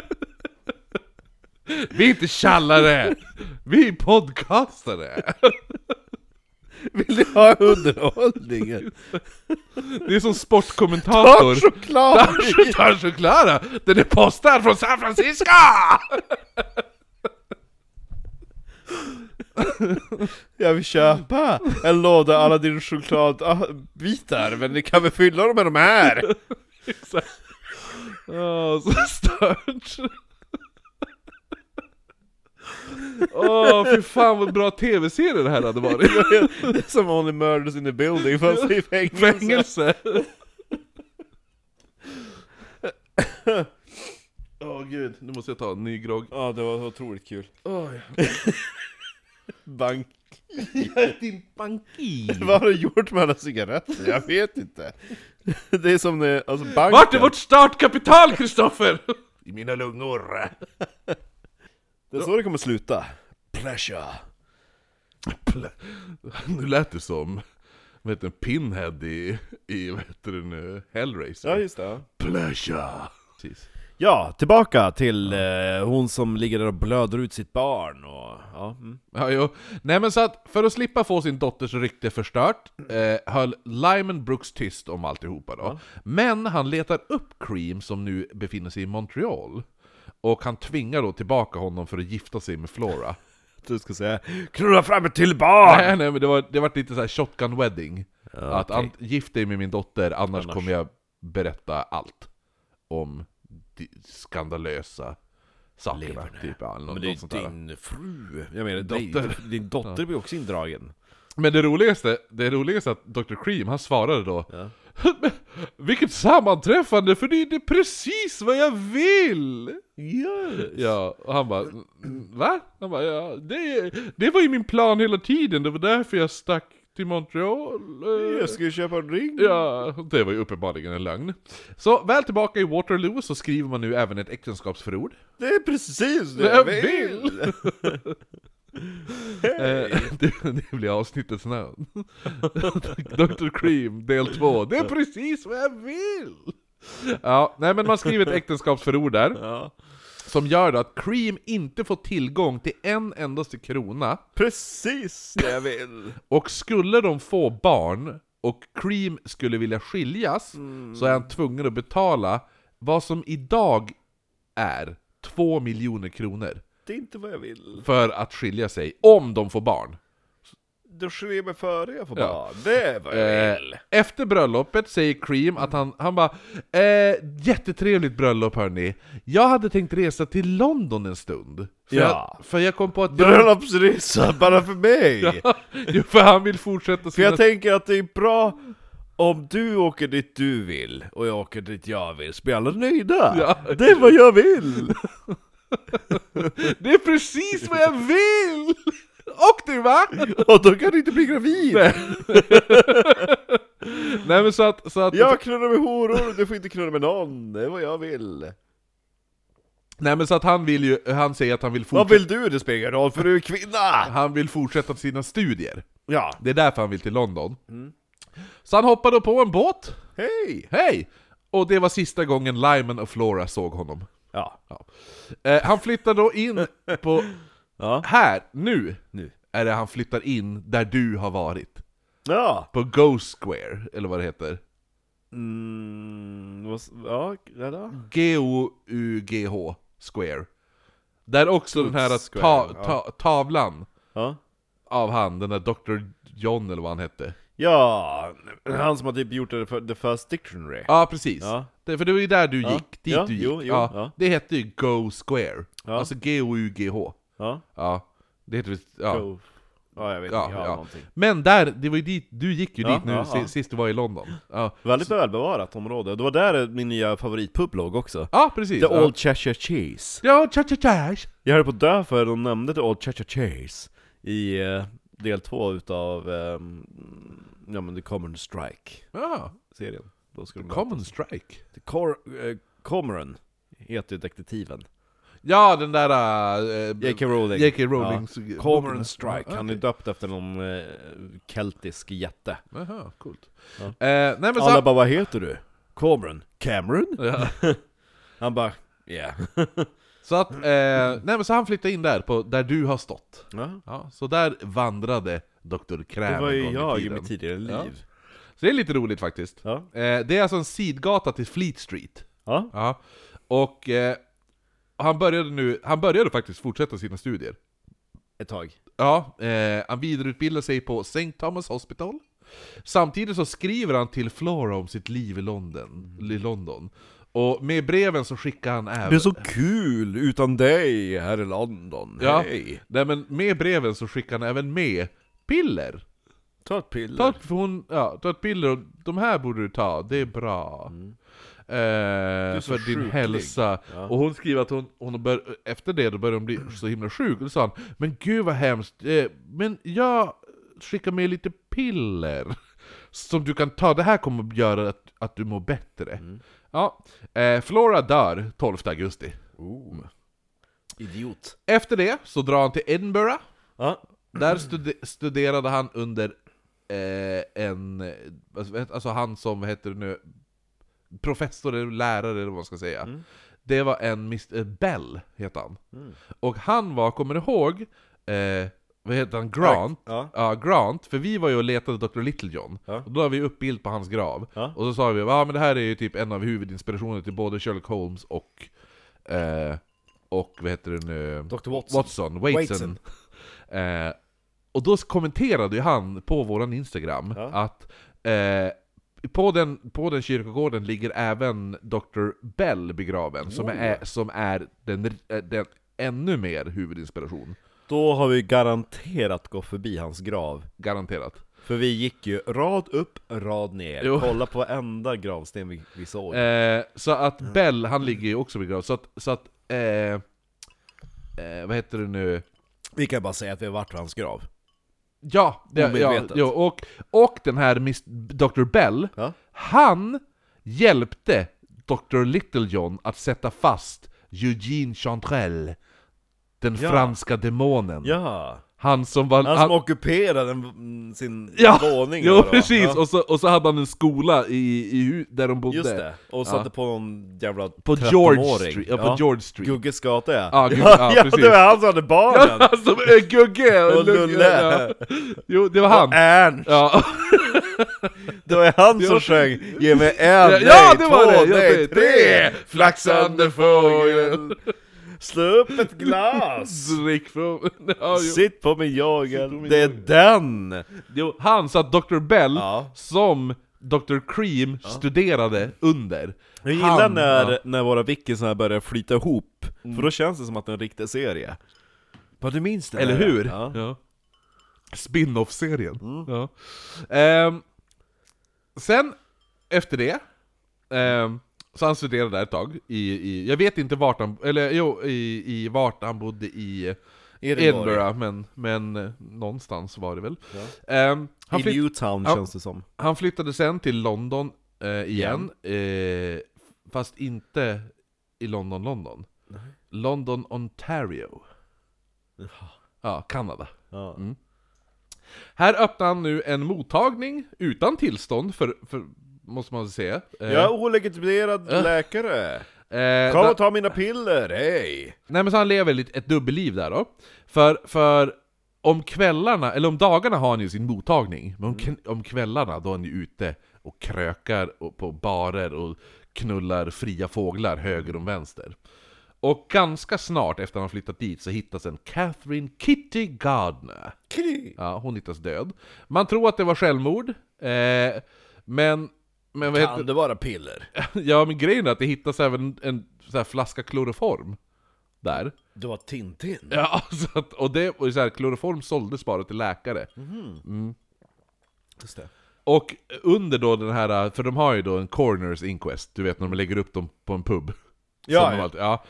Vi är inte tjallare, vi är podcastare. Vill du ha underhållningen? Det är som sportkommentator. Ta choklad! Den är postad från San Francisco! Jag vill köpa en låda alla dina chokladbitar, men ni kan väl fylla dem med de här? Exakt. Så stört. Fy fan vad bra tv-serie det här hade varit. Det är som Only Murders in the Building, fast i fängelse. Gud, nu måste jag ta en ny grogg. Ja, det var otroligt kul. Bank. Jag är din bankir. Vad har du gjort med alla cigaretter? Jag vet inte. Det är som det, alltså banken. Vart är vårt startkapital, Kristoffer? I mina lungor. Det är så det kommer sluta. Pleasure. Nu lät det som Pinhead i vad heter det nu? Hellraiser. Ja, just det. Pleasure. Precis. Ja, tillbaka till hon som ligger där och blöder ut sitt barn och, Ja, jo. Nej, men så att för att slippa få sin dotters rykte förstört höll Lyman Brooks tyst om alltihopa då. Men han letar upp Cream som nu befinner sig i Montreal. Och han tvingar då tillbaka honom för att gifta sig med Flora. Du ska säga, knulla fram ett till barn! Nej, men det var lite så här shotgun wedding. Att gift dig med min dotter, annars kommer jag berätta allt om skandalösa sakerna. Typ, men det är din fru. Jag menar, din dotter blir också indragen. Men det roligaste är att Dr. Cream, han svarade då vilket sammanträffande, för det är precis vad jag vill. Yes. Ja, och han bara, va? Han bara, ja, det var ju min plan hela tiden. Det var därför jag stack till Montreal. Jag ska köpa en ring. Ja, det var ju uppenbarligen en lögn. Så väl tillbaka i Waterloo så skriver man nu även ett äktenskapsförord. Det är precis det jag vill. Det blir avsnittets namn. Dr. Cream, del 2. Det är precis vad jag vill. Ja, nej, men man skriver ett äktenskapsförord där. Ja. Som gör att Cream inte får tillgång till en endaste krona. Precis det jag vill. Och skulle de få barn och Cream skulle vilja skiljas, så är han tvungen att betala vad som idag är 2 miljoner kronor Det är inte vad jag vill. för att skilja sig, om de får barn. Du skrev mig före jag får barn. Det är vad jag vill. Efter bröllopet säger Cream att han bara jättetrevligt bröllop hörni. Jag hade tänkt resa till London en stund. För jag kom på att bröllopsresa bara för mig. Ja, för han vill fortsätta För jag tänker att det är bra om du åker dit du vill och jag åker dit jag vill. Så blir alla nöjda. Ja. Det är vad jag vill. Det är precis vad jag vill! Och du va? Och då kan du inte bli gravid. Nej men så att jag knullar med horor, du får inte knulla med någon. Det är vad jag vill. Nej men så att han säger att han vill fortsätta. Vad vill du? Det spelar roll för du är kvinna. Han vill fortsätta sina studier. Ja. Det är därför han vill till London. Så han hoppade på en båt. Hej! Och det var sista gången Lyman och Flora såg honom. Ja. Han flyttar då in på här, nu är det han flyttar in där du har varit. Ja. På Ghost Square, eller vad det heter. Ja, då? G-O-U-G-H Square. Där också den här tavlan av han, den där Dr. John eller vad han hette. Ja, han som har typ gjort det för The First Dictionary. Ja, precis. För det var ju där du gick, dit du gick. Jo. Det hette ju Go Square. Ja. Alltså G-O-U-G-H. Ja. Det heter Go. Ja, jag vet inte. Någonting. Men där, det var ju dit, du gick ju dit nu sist du var i London. Väldigt välbevarat område. Det var där min nya favoritpub låg också. Ja, precis. The Old Cheshire Cheese. Ja, Cheshire. Jag höll på dö för de nämnde The Old Cheshire Cheese i del 2 utav The Common Strike-serien. Common Strike? Cormoran heter detektiven. Ja, den där J.K. Rowling. J.K. Rowling. Ja. Cormoran Strike. Han är döpt efter någon keltisk jätte. Jaha, coolt. Nej, men alla bara, vad heter du? Cormoran. Cameron? Ja. Han bara, yeah. Så att, så han flyttade in där, där du har stått. Ja, så där vandrade Dr. Kräm. Det var ju jag i mitt tidigare liv. Ja. Så det är lite roligt faktiskt. Ja. Det är alltså en sidgata till Fleet Street. Ja. Och han började faktiskt fortsätta sina studier. Ett tag. Ja, han vidareutbildade sig på St. Thomas Hospital. Samtidigt så skriver han till Flora om sitt liv i London. Och med breven så skickar han även... Det är så kul utan dig här i London. Ja, Hej. Nej, men med breven så skickar han även med piller. Ta ett piller. Ta ett piller och de här borde du ta, det är bra. För din hälsa. Ja. Och hon skriver att hon efter det då började hon bli så himla sjuk. Och då sa han, men gud vad hemskt, men jag skickar med lite piller som du kan ta, det här kommer att göra att du mår bättre. Ja, Flora dör 12 augusti. Idiot. Efter det så drar han till Edinburgh. Där studerade han under alltså han som heter nu professor eller lärare eller vad man ska säga. Det var en Mr. Bell heter han. Och han var, kommer du ihåg vad heter han? Grant. Ja, Grant, för vi var ju och letade Dr. Littlejohn. Och då har vi upp bild på hans grav. Och så sa vi, men det här är ju typ en av huvudinspirationerna till både Sherlock Holmes och vad heter det nu? Dr. Watson. Och då kommenterade ju han på våran Instagram att på den kyrkogården ligger även Dr. Bell begraven, som är den ännu mer huvudinspiration. Då har vi garanterat gått förbi hans grav. Garanterat. För vi gick ju rad upp, rad ner. Kolla på varenda gravsten vi såg. Så att Bell, han ligger ju också begraven. Så att vad heter det nu? Vi kan bara säga att vi har varit på hans grav. Ja, och den här Dr. Bell, han hjälpte Dr. Littlejohn att sätta fast Eugene Chantrelle, den franska demonen. Han som ockuperade sin våning. Ja, precis. Och så hade han en skola i där de bodde. Just det. Och satte på någon jävla på George Street. Ja, på George Street. Gugges gata, ja, precis. Det var han som hade barnen. Gugge och Lulle. Ja. Jo, det var han. Och Ernst. Ja. Det var han som sjöng. Ge mig en, ja, det var två, det. nej, tre. Flaxande fågel. Slå upp ett glas. Drick från... Ja, Sitt på min jagel. Det är den. jo, han sa att Dr. Bell, Ja. som Dr. Cream studerade under. Jag gillar Han- när våra wikisar börjar flyta ihop. För då känns det som att det är en riktig serie. Vad du minns det? Eller där? hur? Ja. Ja. Spin-off-serien. Ja. Sen, efter det, så han studerade där ett tag jag vet inte vart han, eller jo, i vart han bodde i Edinburgh, men någonstans var det väl. Ja. I Newtown känns det som. Han flyttade sen till London igen, fast inte i London. London, Ontario. Ja, Kanada. Ja. Här öppnar han nu en mottagning utan tillstånd för måste man säga. Jag är olegitimerad läkare. Kom och ta mina piller, hej! Nej, men så han lever ett dubbelliv där då. För om kvällarna, eller om dagarna har han ju sin mottagning. Men om kvällarna då är han ju ute och krökar på barer och knullar fria fåglar höger och vänster. Och ganska snart efter han flyttat dit så hittas en Catherine Kitty Gardner. Ja, hon hittas död. Man tror att det var självmord, men vad heter... Kan det vara piller? Ja, men grejen är att det hittas även en så här flaska kloroform där. Det var Tintin. Ja, så att, och så här, kloroform såldes bara till läkare. Just det. Och under då den här, för de har ju då en coroner's inquest, du vet när de lägger upp dem på en pub. Ja.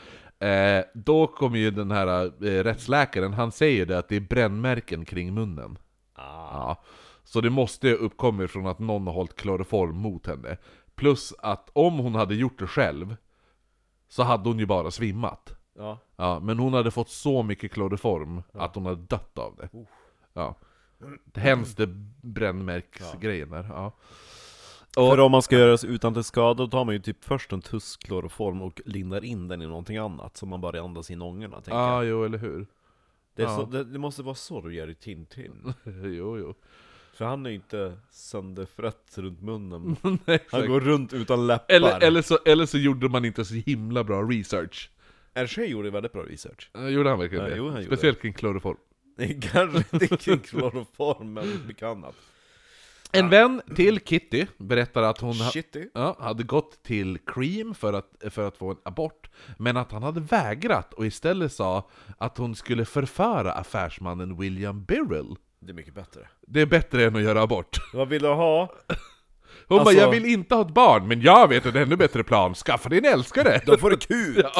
Då kommer ju den här rättsläkaren, han säger det att det är brännmärken kring munnen. Ja. Så det måste uppkomma från att någon har hållit kloroform mot henne. Plus att om hon hade gjort det själv så hade hon ju bara svimmat. Ja, men hon hade fått så mycket kloroform att hon hade dött av det. Ja. Hens det brännmärksgrejen där. Ja. För om man ska göra sig utan till skada, då tar man ju typ först en tuss kloroform och lindar in den i någonting annat, så man bara andas in ångorna, tänker jag. Jo, eller hur? Det, är så, det måste vara så du gör i Tintin. jo. För han är ju inte sönderfrätt runt munnen. Nej, Han går runt utan läppar. Eller så gjorde man inte så himla bra research. Hershey gjorde väldigt bra research. Gjorde han verkligen det? Jo, han Speciellt kring kloroform. Kanske inte kring kloroform, men mycket annat. En vän till Kitty berättar att hon Shitty. hade gått till Cream för att få en abort, men att han hade vägrat och istället sa att hon skulle förföra affärsmannen William Birrell. Det är mycket bättre. Det är bättre än att göra abort. Vad vill du ha? Hon bara, jag vill inte ha ett barn, men jag vet en ännu bättre plan. Skaffa dig en älskare! Då får du kuk! Ja.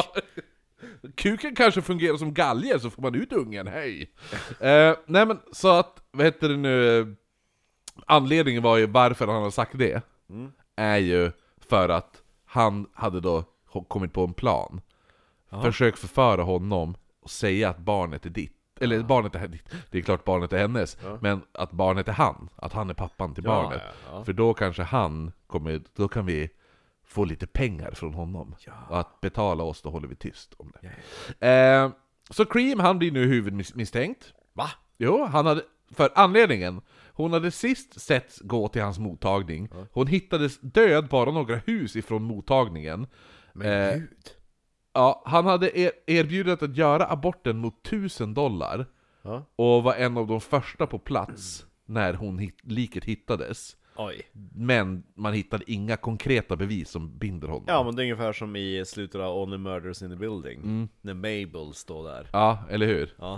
Kuken kanske fungerar som galge, så får man ut ungen, hej! Nej men, så att, vad heter det nu... Anledningen var ju varför han har sagt det, är ju för att han hade då kommit på en plan. Försök förföra honom och säga att barnet är ditt. Eller barnet är ditt. Det är klart barnet är hennes, men att barnet är han. Att han är pappan till barnet. För då kanske han kommer, då kan vi få lite pengar från honom. Och att betala oss, då håller vi tyst om det. Så Cream, han blir nu huvudmisstänkt. Va? Jo, han hade, för anledningen, hon hade sist sett gå till hans mottagning. Hon hittades död bara några hus ifrån mottagningen. Men gud. Ja, han hade erbjudit att göra aborten mot $1000 och var en av de första på plats när liket hittades. Oj. Men man hittade inga konkreta bevis som binder honom. Ja, men det är ungefär som i slutet av Only Murders in the Building. När Mabel står där. Ja, eller hur? Ja.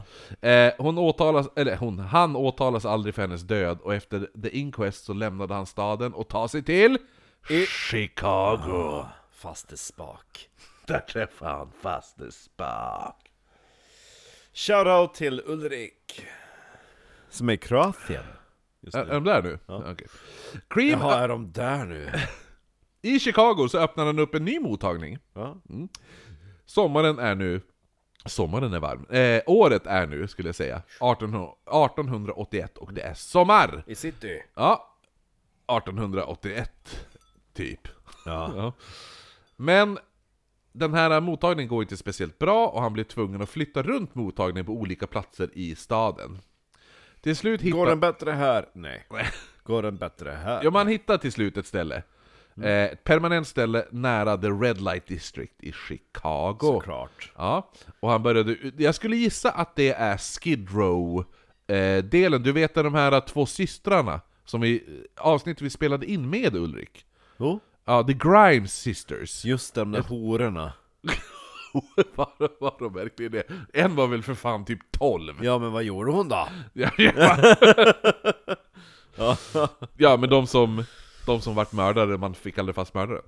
Han åtalas aldrig för hennes död, och efter the inquest så lämnade han staden och tar sig till Chicago. Faste spak. Där träffade han faste spak. Shoutout till Ulrik, som är i Kroatien. Är de där nu? Ja. Okay. Cream, Jaha, är de där nu? i Chicago så öppnar han upp en ny mottagning. Ja. Sommaren är varm. Året är nu, skulle jag säga, 1881, och det är sommar! I city. Ja, 1881, typ. Ja. Men den här mottagningen går inte speciellt bra, och han blir tvungen att flytta runt mottagningen på olika platser i staden. Till slut Går den bättre här? Nej. går den bättre här. Ja, man hittar till slut ett ställe. Ett permanent ställe nära The Red Light District i Chicago. Såklart. Ja, och han började... Jag skulle gissa att det är Skid Row delen. Du vet de här 2 systrarna som i avsnittet vi spelade in med Ulrik. Jo. Ja, The Grimes Sisters. Just de där hororna. var de verkligen det? En var väl för fan typ 12. Ja, men vad gjorde hon då? Ja, men de som vart mördare, man fick aldrig fast mördaren.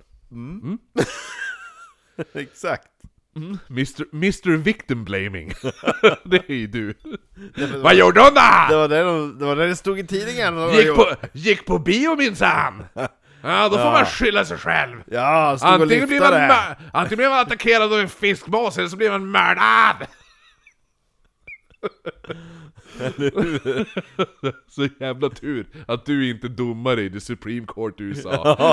Exakt. Mr. Victim Blaming. Det är ju du. Vad gjorde hon då? Det var där det stod i tidningen. Gick på bio minsann. Ja, då får man skylla sig själv. Ja, antingen blir man attackerad av en fiskmås, eller så blir man mördad. Så jävla tur att du inte är domare i The Supreme Court i USA.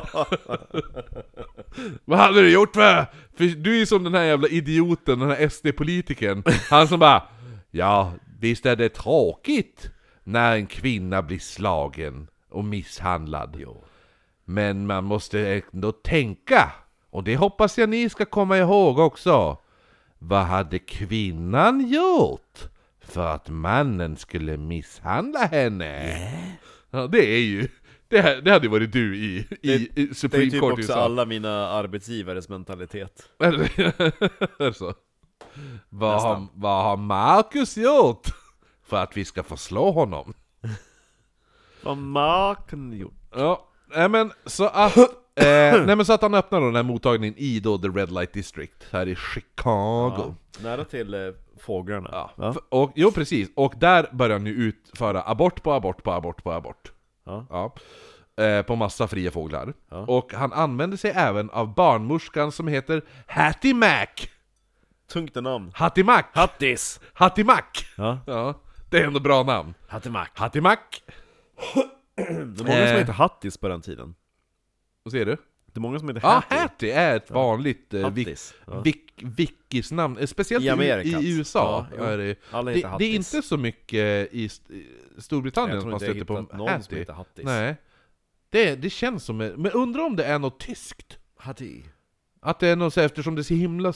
Vad hade du gjort för du är ju som den här jävla idioten, den här SD-politikern. Han som bara, ja, visst är det tråkigt när en kvinna blir slagen och misshandlad. Jo. Men man måste ändå tänka, och det hoppas jag ni ska komma ihåg också. Vad hade kvinnan gjort för att mannen skulle misshandla henne? Ja, det är ju... Det hade varit du i Supreme Court. Det är typ Court också alla mina arbetsgivares mentalitet. Så. Vad har Marcus gjort för att vi ska förslå honom? Vad Marcus gjort? Ja. Nej men så att så att han öppnar den här mottagningen i då The Red Light District här i Chicago. Ja, nära till fåglarna. Ja. Och, jo precis, och där börjar han nu utföra abort på abort. Ja. På massa fria fåglar. Ja. Och han använder sig även av barnmorskan som heter Hattie Mac. Tungt namn. Hattie Mac. Hattie Mac. Ja. Det är ändå bra namn. Hattie Mac. Det är många som heter Hattis på den tiden. Vad säger du? Det är många som heter Hattie. Ja, Hattie är ett vanligt Vickis-namn. Speciellt i USA. Ja, det är inte så mycket i Storbritannien som man stöter på Hattie. Nej. Det känns som... Men undrar om det är något tyskt. Hattie. Att det är något så, eftersom det är så himla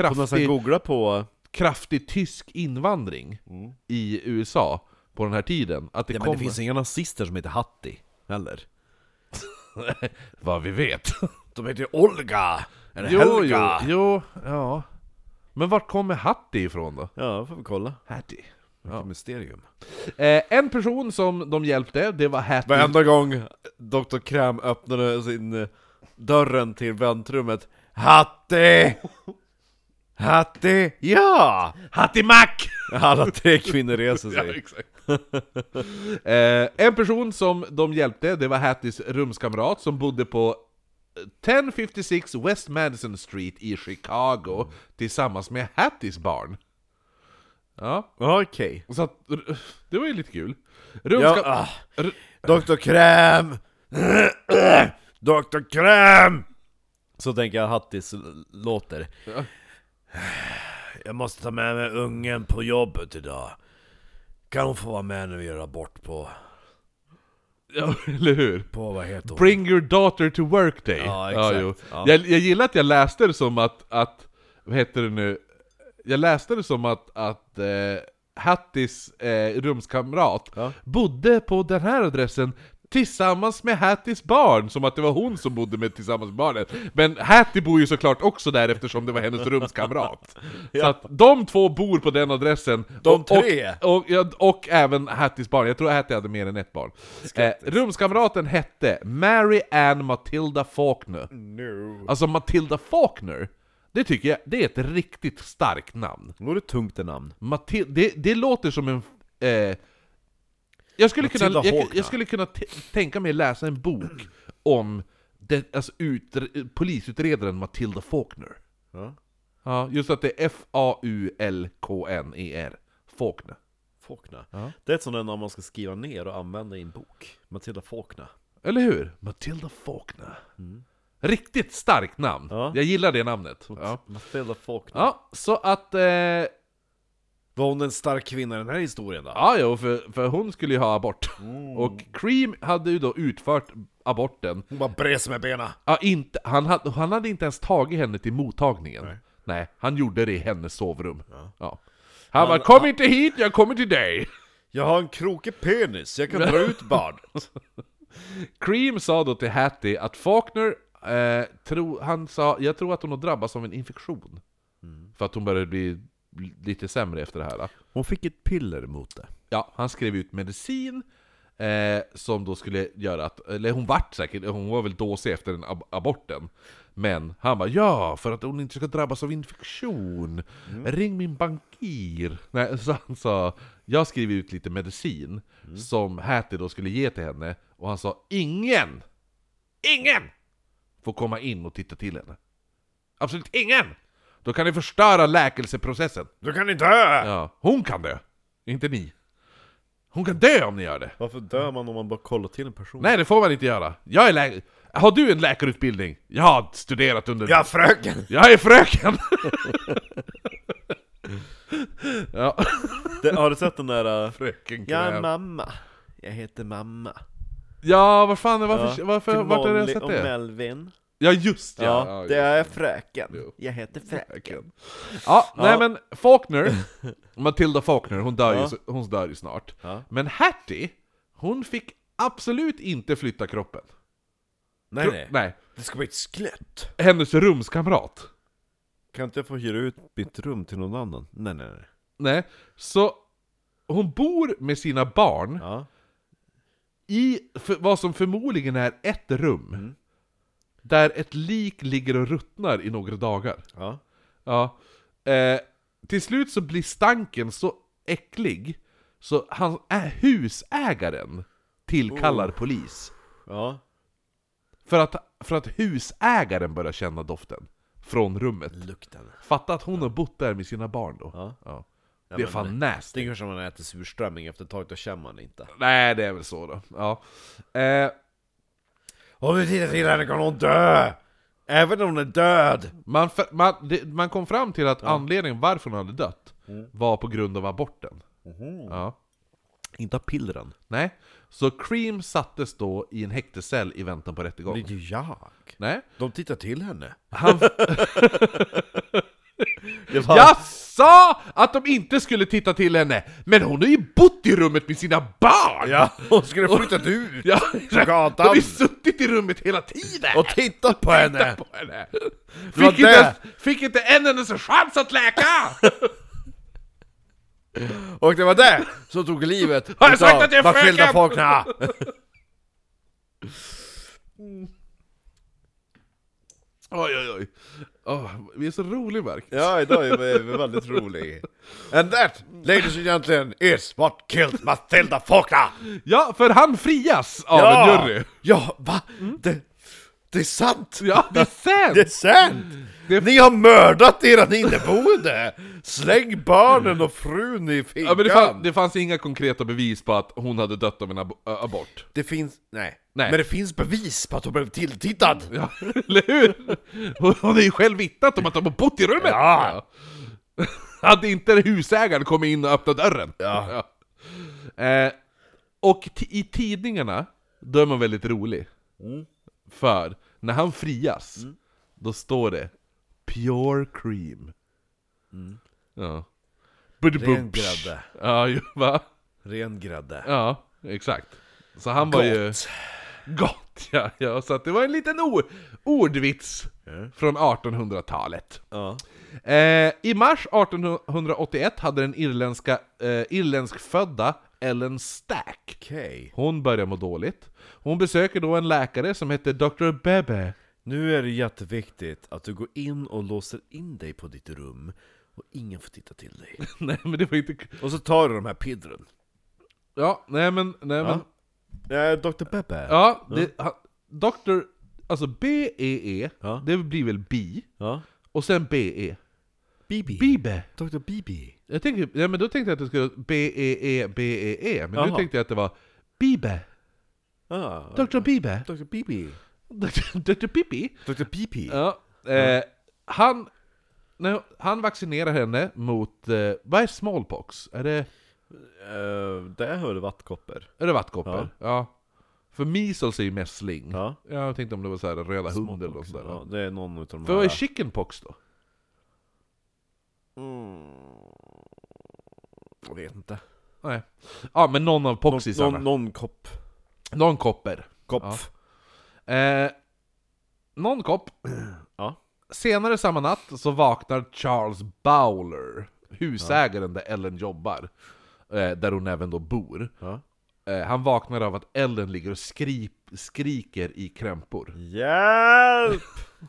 kraftig tysk invandring i USA på den här tiden. Att men det finns inga nazister som heter Hattie heller. Vad vi vet. De heter Olga eller Helga. Jo, ja. Men vart kommer Hattie ifrån då? Ja, får vi kolla. Hattie. Ja. Mysterium. En person som de hjälpte, det var Hattie. Varenda gång Dr. Kram öppnade sin dörren till väntrummet. Hattie! Hattie! Ja! Hattie Mac! Alla 3 kvinnor reser sig. Ja, exakt. En person som de hjälpte, det var Hatties rumskamrat som bodde på 1056 West Madison Street i Chicago tillsammans med Hatties barn. Ja, okej. Så att, det var ju lite kul. Dr. Kram! Dr. Kram! Så tänker jag Hattis låter. Ja. Jag måste ta med mig ungen på jobbet idag. Kan hon få vara med när vi gör abort på... Ja, eller hur? På vad heter hon? Bring your daughter to work day. Ja, exakt. Ja. Jag gillar att jag läste det som att vad heter det nu? Jag läste det som att Hatties rumskamrat bodde på den här adressen tillsammans med Hatties barn, som att det var hon som bodde tillsammans med barnet. Men Hattie bor ju såklart också där eftersom det var hennes rumskamrat. Så att de 2 bor på den adressen. De 3? Och även Hatties barn. Jag tror Hattie hade mer än ett barn. Rumskamraten hette Mary Ann Matilda Faulkner. No. Alltså Matilda Faulkner, det tycker jag, det är ett riktigt starkt namn. Det är ett tungt namn. Det låter som en... Jag skulle kunna tänka mig läsa en bok om polisutredaren Matilda Faulkner. Ja, just att det är Faulkner. Faulkner. Det är ett sånt namn man ska skriva ner och använda i en bok. Matilda Faulkner. Eller hur? Matilda Faulkner. Riktigt starkt namn. Jag gillar det namnet. Matilda Faulkner. Ja, så att Var hon en stark kvinna i den här historien då? Ja, jo, för hon skulle ju ha abort. Och Cream hade ju då utfört aborten. Hon bara bres med benen. Ja, han hade inte ens tagit henne till mottagningen. Nej, han gjorde det i hennes sovrum. Ja. Han bara, kom inte hit, jag kommer till dig. Jag har en krokig penis, jag kan dra ut barnet. Cream sa då till Hattie att Faulkner, jag tror att hon har drabbats av en infektion. För att hon började bli lite sämre efter det här. Hon fick ett piller mot det. Ja, han skrev ut medicin som då skulle göra att, eller hon var väl dåsig efter den aborten. Men han bara, ja, för att hon inte ska drabbas av infektion, ring min bankir. Nej, så han sa, jag skriver ut lite medicin som Hattie då skulle ge till henne. Och han sa, ingen får komma in och titta till henne. Absolut ingen! Då kan ni förstöra läkelseprocessen. Du kan inte dö! Ja, hon kan dö, inte ni. Hon kan dö om ni gör det. Varför dör man om man bara kollar till en person? Nej, det får man inte göra. Jag är Har du en läkarutbildning? Jag har studerat under... Ja, fröken! Jag är fröken! Ja. Har du sett den där... Fröken Jag är Kräm. mamma. Jag heter mamma. Ja, varför vart har jag sett och det? Melvin. Ja, just Ja, det är fröken. Jo. Jag heter fröken. Ja, nej men Faulkner, Matilda Faulkner, hon dör ju snart. Ja. Men Hattie, hon fick absolut inte flytta kroppen. Nej. Det ska bli ett skelett. Hennes rumskamrat. Kan inte jag få hyra ut mitt rum till någon annan? Nej. Nej, så hon bor med sina barn i vad som förmodligen är ett rum. Där ett lik ligger och ruttnar i några dagar. Ja. Till slut så blir stanken så äcklig så husägaren tillkallar polis. Ja. För att husägaren börjar känna doften från rummet. Lukten. Fatta att hon har bott där med sina barn då. Ja. Det är fan nasty. Det är som man äter surströmming efter ett tag, då känner man inte. Nej, det är väl så då. Ja. Om du tittar till henne kan hon dö! Även om hon är död! Man kom fram till att anledningen varför hon hade dött var på grund av aborten. Ja. Inte av pillren. Nej. Så Cream sattes då i en häktescell i väntan på rättegång. Det är ju jag. Nej. De tittar till henne. Jag sa att de inte skulle titta till henne, men hon har ju bott i rummet med sina barn! Ja, hon skulle flyttat ut på gatan. De har ju suttit i rummet hela tiden! Och tittat på henne! Fick inte en hennes chans att läka! Och det var det som tog livet. Har jag sagt att jag är Matilda fröken? Faulkner? Oj. Vi är så rolig, Mark. Ja, idag är vi väldigt rolig. And that, ladies and gentlemen, is what killed Matilda Faulkner. Ja, för han frias av en jury. Ja, va? Det är sant. Ja, det är sant. Det är sant. Ni har mördat eran inneboende. Släng barnen och frun i finkan. Ja, men det fanns inga konkreta bevis på att hon hade dött av en abort. Det finns, nej. Nej. Men det finns bevis på att hon blev tilltittad. Ja, eller hur? Hon har ju själv vittnat om att de har bott i rummet. Ja. Hade inte husägaren kommit in och öppnat dörren. Ja. Och i tidningarna, då är man väldigt rolig. För när han frias, då står det Pure Cream. Ja. Ren grädde. Ja, va? Ren grädde. Ja, exakt. Så han var ju... Gott, ja. Så att det var en liten ordvits från 1800-talet. Ja. I mars 1881 hade den irländskfödda Ellen Stack. Okay. Hon började må dåligt. Hon besöker då en läkare som heter Dr. Bebe. Nu är det jätteviktigt att du går in och låser in dig på ditt rum och ingen får titta till dig. Nej, men det var inte... Och så tar du de här pillren. Ja, nej men... Dr. Bebe. Ja, Dr. Alltså B-E-E, det blir väl bi. Ja. Och sen B-E. Bibe. Dr. Bibi. Då tänkte jag att det skulle B-E-E-B-E-E. Men nu tänkte jag att det var Bibe. Dr. Bibe. Dr. Bibi. Dr. Bibi. Dr. Bibi. Ja. Han han vaccinerar henne mot, vad är smallpox? Är det... Det hör vattkoppor. Är det vattkoppor? Ja. För measles är ju mässling. Ja. Jag tänkte om det var så här röda hund eller något sådär. Ja, det är någon utav de För vad är chickenpox då? Jag vet inte. Nej. Ja, men någon av poxisarna. Någon kopp. Någon kopper. Kopf. Ja. Någon kopp. Ja. Senare samma natt så vaknar Charles Bowler, husägaren där Ellen jobbar, där hon även då bor. Ja. Han vaknar av att Ellen ligger och skriker i krämpor. Hjälp!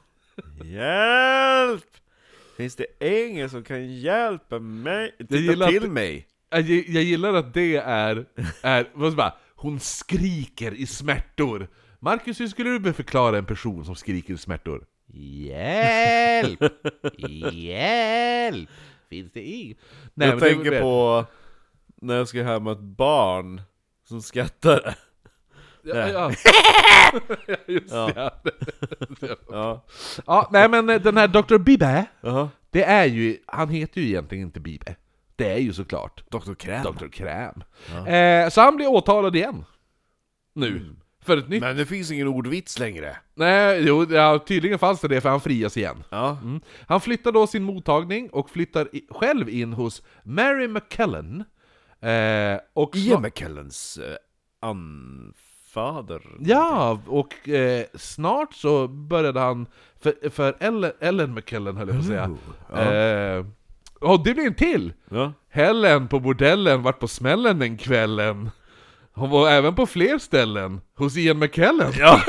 Hjälp! Finns det ingen som kan hjälpa mig? Titta till mig. Jag gillar att det är vad ska jag, hon skriker i smärtor. Marcus, hur skulle du förklara en person som skriker i smärtor? Hjälp! Hjälp! Finns det ingen? Nej, jag tänker på när jag ska hem med ett barn som skrattar. Ja. Just ja. Ja. Ja, nej men den här Dr. Bibe, det är ju, han heter ju egentligen inte Bibe. Det är ju såklart Dr. Kräm. Dr. Kräm. Ja. Så han blir åtalad igen. Nu. För ett nytt... Men det finns ingen ordvits längre. Nej, jo, ja, tydligen fanns det för han frias igen. Ja. Han flyttar då sin mottagning och flyttar själv in hos Mary McKellen. Och Ian McKellens anfader. Ja, och snart så började han för Ellen McKellen höll jag på att säga. Och det blir en till. Ja. Helen på bordellen vart på smällen den kvällen. Hon var även på fler ställen hos Ian McKellen. Ja.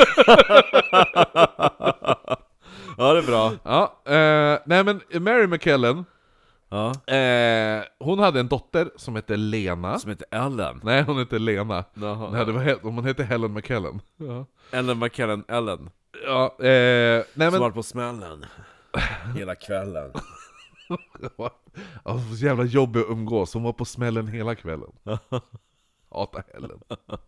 Ja, det är bra. Ja, nej men Mary McKellen, Ja. hon hade en dotter som hette Lena. Som heter Ellen. Nej, hon hette Lena. Jaha. Nej, det var hon hette Helen McKellen. Ja. Ellen McKellen, Ellen. Ja, nej men... Som var på smällen hela kvällen. Ja, så jävla jobbig att umgås. Hon var på smällen hela kvällen. Hata Helen.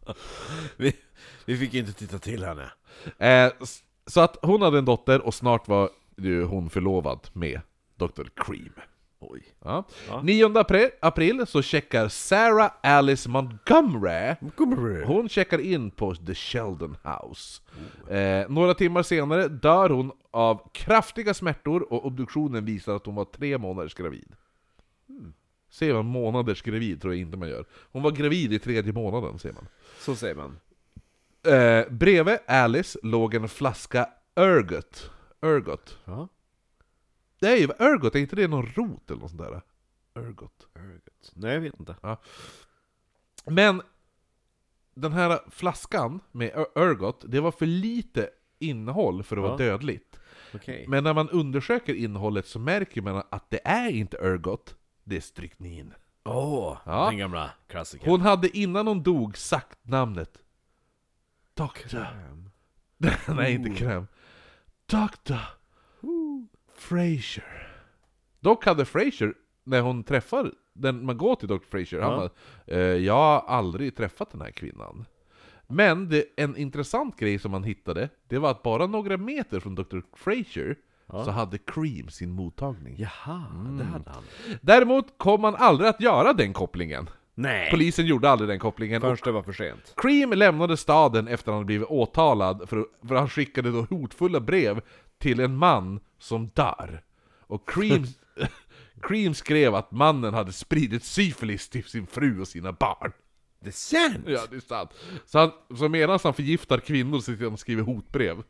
Vi fick inte titta till henne. Så att hon hade en dotter och snart var ju hon förlovad med Dr. Cream. Oj. Ja. 9 april så checkar Sarah Alice Montgomery. Hon checkar in på The Sheldon House. Några timmar senare dör hon av kraftiga smärtor och obduktionen visar att hon var 3 månaders gravid. Ser man månaders gravid tror jag inte man gör. Hon var gravid i 3:e månaden, ser man. Så säger man. Bredvid Alice låg en flaska Ergot. Ja. Det är ju Ergot, är inte det någon rot eller något sånt där? Ergot. Nej, jag vet inte. Ja. Men den här flaskan med Ergot, det var för lite innehåll för att vara dödligt. Okay. Men när man undersöker innehållet så märker man att det är inte Ergot, det är stryknin. Den gamla klassikern. Hon hade innan hon dog sagt namnet Dr. Nej, inte kräm. Dr. Frasier. Dock hade Frasier, när hon träffar man går till Dr. Frasier, han bara, jag har aldrig träffat den här kvinnan. Men en intressant grej som man hittade, det var att bara några meter från Dr. Frasier så hade Cream sin mottagning. Jaha, det hade han. Däremot kom man aldrig att göra den kopplingen. Nej. Polisen gjorde aldrig den kopplingen. Först det var för sent. Cream lämnade staden efter att han blivit åtalad för han skickade då hotfulla brev till en man som dör. Och Cream skrev att mannen hade spridit syfilis till sin fru och sina barn. Det är sant! Ja, det är sant. Så medan han förgiftar kvinnor så sitter han och skriver hotbrev.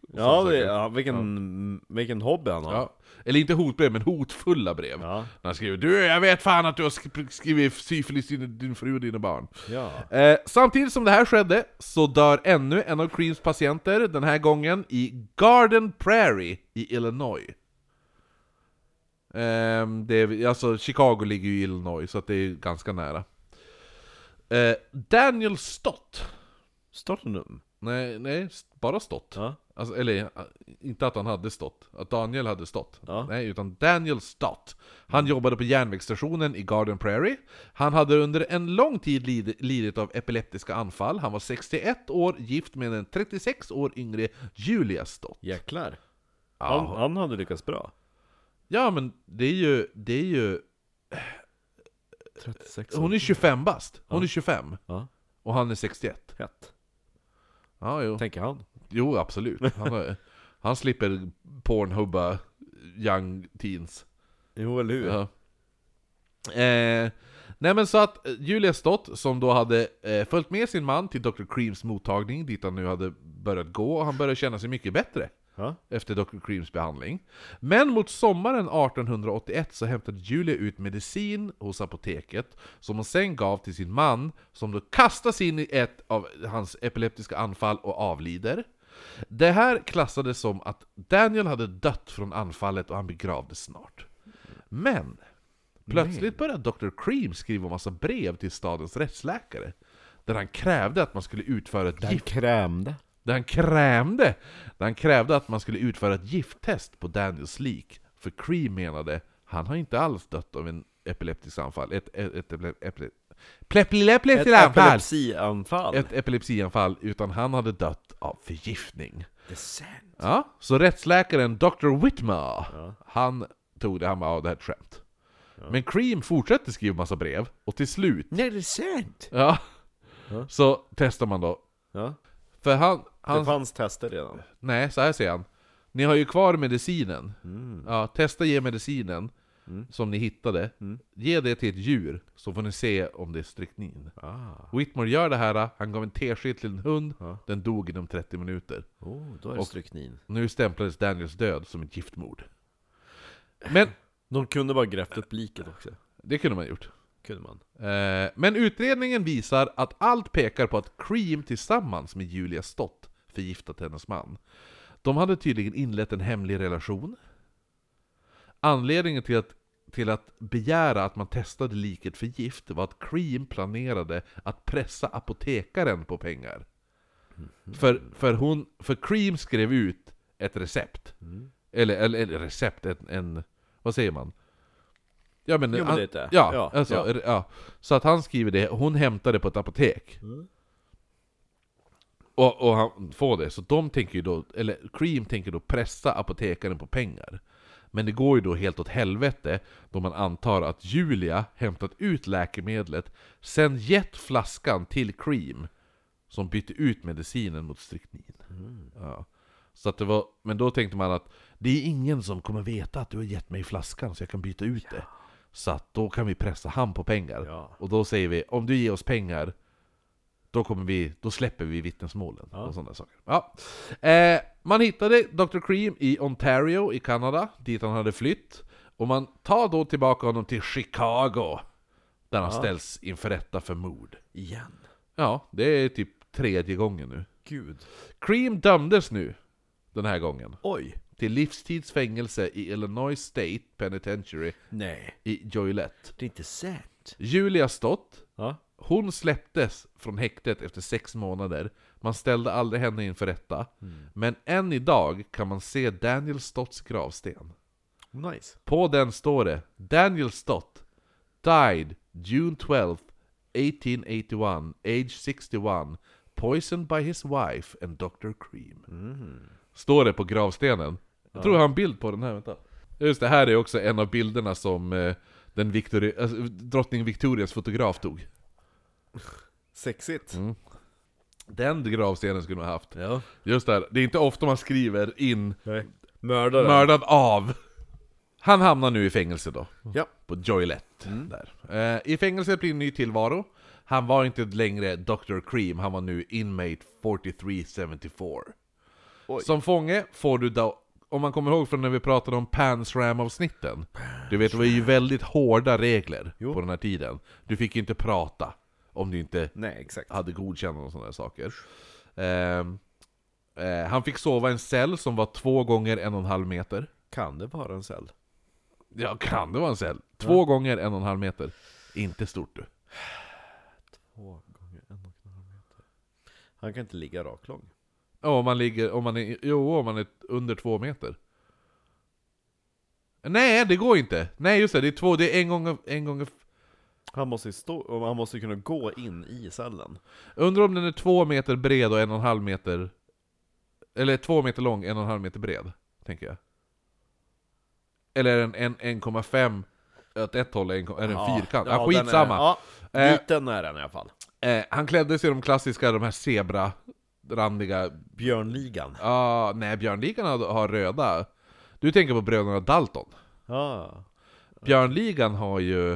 Vilken hobby han har. Ja. Eller inte hotbrev, men hotfulla brev. Ja. Han skriver, jag vet fan att du har skrivit syfilis till din fru och dina barn. Ja. Samtidigt som det här skedde så dör ännu en av Creams patienter, den här gången i Garden Prairie i Illinois. Alltså Chicago ligger ju i Illinois, så att det är ganska nära. Daniel Stott. Stottenum? Nej, bara Stott. Ja. Alltså, eller inte att han hade stått, att Daniel hade stått. Ja. Nej, utan Daniel Stott. Han jobbade på järnvägsstationen i Garden Prairie. Han hade under en lång tid lidit av epileptiska anfall. Han var 61 år, gift med en 36 år yngre Julia Stott. Jäklar. Ja. Han hade lyckats bra. Ja, men det är ju 36 hon är 25 bast. Hon Ja. är 25. Ja. Och han är 61. Hett. Ja, jo. Tänker han. Jo, absolut. Han slipper Pornhubba young teens. Jo, eller hur? Ja. Nej, men så att Julia Stott, som då hade följt med sin man till Dr. Creams mottagning, dit han nu hade börjat gå, och han började känna sig mycket bättre Ja. efter Dr. Creams behandling. Men mot sommaren 1881 så hämtade Julia ut medicin hos apoteket, som hon sen gav till sin man, som då kastas in i ett av hans epileptiska anfall och avlider. Det här klassades som att Daniel hade dött från anfallet och han begravdes snart. Men plötsligt började Dr. Cream skriva en massa brev till stadens rättsläkare, där han krävde att man skulle utföra ett han krävde att man skulle utföra ett gifttest på Daniels lik. För Cream menade, han har inte alls dött av en epileptisk anfall. Ett epilepsianfall, utan han hade dött av förgiftning. Det är sant. Ja, så rättsläkaren Dr. Whitmer, han tog det, han bara, det här är ett skämt. Men Cream fortsatte skriva massa brev, och till slut... Nej, det är sant! Ja, så testar man då. Ja. För han Det fanns tester redan. Nej, så här säger han. Ni har ju kvar medicinen. Ja, testa ge medicinen som ni hittade. Ge det till ett djur, så får ni se om det är stryknin. Whitmore gör det här. Han gav en tesked till en hund. Den dog inom 30 minuter. Då är det stryknin. Nu stämplades Daniels död som ett giftmord. Men de kunde bara grävt upp liket också. det kunde man gjort. Kunde man. Men utredningen visar att allt pekar på att Cream tillsammans med Julia Stott förgiftat hennes man. De hade tydligen inlett en hemlig relation. Anledningen till att begära att man testade liket för gift var att Cream planerade att pressa apotekaren på pengar. För Cream skrev ut ett recept. Eller recept, en vad säger man? Ja, men, jo, men lite. Ja. Så att han skriver det, hon hämtade på ett apotek. Och han får det, så de tänker ju då, eller Cream tänker då pressa apotekaren på pengar. Men det går ju då helt åt helvete, då man antar att Julia hämtat ut läkemedlet, sen gett flaskan till Cream, som bytte ut medicinen mot stryknin. Ja. Så att det var, men då tänkte man att det är ingen som kommer veta att du har gett mig flaskan, så jag kan byta ut det. Så att då kan vi pressa han på pengar. Och då säger vi, om du ger oss pengar, då släpper vi vittnesmålen och sådana saker. Ja. Man hittade Dr. Cream i Ontario i Kanada, dit han hade flytt. Och man tar då tillbaka honom till Chicago, där han ställs inför rätta för mord. Igen? Ja, det är typ 3:e gången nu. Gud. Cream dömdes nu, den här gången. Oj. Till livstidsfängelse i Illinois State Penitentiary. Nej. I Joliet. Det är inte sant. Julia Stott. Ja. Hon släpptes från häktet efter 6 månader. Man ställde aldrig henne inför rätta. Men än idag kan man se Daniel Stotts gravsten. Nice. På den står det: Daniel Stott died June 12th, 1881, age 61, poisoned by his wife and Dr. Cream. Står det på gravstenen. Jag tror jag har en bild på den här, vänta. Just det, här är också en av bilderna som drottning Victorias fotograf tog. Sexigt. Den gravstenen skulle man ha haft. Ja. Just där, det är inte ofta man skriver in mördad av. Han hamnar nu i fängelse då. Ja. På Joliet där. I fängelset blir en ny tillvaro. Han var inte längre Dr. Cream, han var nu inmate 4374. Oj. Som fånge får du då, om man kommer ihåg från när vi pratade om Pansram-avsnitten. Du vet, det var ju väldigt hårda regler på den här tiden. Du fick inte prata om du inte hade godkännande och sådana saker. Han fick sova i en cell som var 2 gånger 1,5 meter. Kan det vara en cell? Ja, kan det vara en cell? 2 gånger 1,5 meter. Inte stort du. 2 gånger 1,5 meter. Han kan inte ligga raklång. Ja, om man är under 2 meter. Nej, det går inte. Nej, just det, det är en gång. Han måste kunna gå in i cellen. Undrar om den är 2 meter bred och 1,5 meter, eller 2 meter lång, 1,5 meter bred, tänker jag. Eller en 1,5 åt ett håll, är det en fyrkant? Ja, skitsamma. Ja, liten är den i alla fall. Han klädde sig i de klassiska, de här zebra-randiga... Björnligan. Nej, Björnligan har röda. Du tänker på bröderna Dalton. Björnligan har ju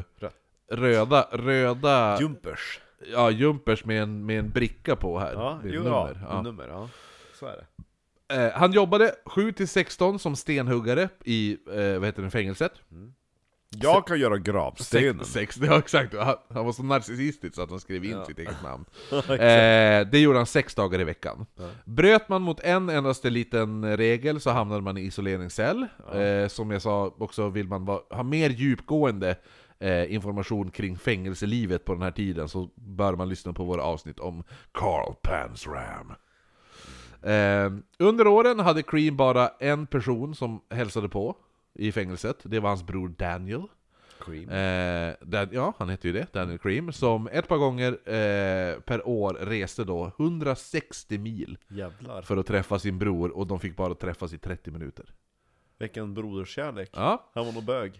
röda jumpers. Ja, jumpers med en bricka på här. Nummer. Så är det. Han jobbade 7-16 som stenhuggare i fängelset. Jag kan göra gravstenen. Ja, exakt. Han var så narcissistisk så att han skrev in sitt eget namn. Det gjorde han 6 dagar i veckan. Bröt man mot en endaste liten regel så hamnade man i isoleringscell. Som jag sa också, vill man ha mer djupgående information kring fängelselivet på den här tiden, så bör man lyssna på våra avsnitt om Carl Panzram. Under åren hade Cream bara en person som hälsade på i fängelset. Det var hans bror Daniel Cream. Han heter ju det, Daniel Cream, som ett par gånger per år reste då 160 mil. Jävlar. För att träffa sin bror, och de fick bara träffas i 30 minuter. Vilken broderskärlek. Ja. Han var nog bög.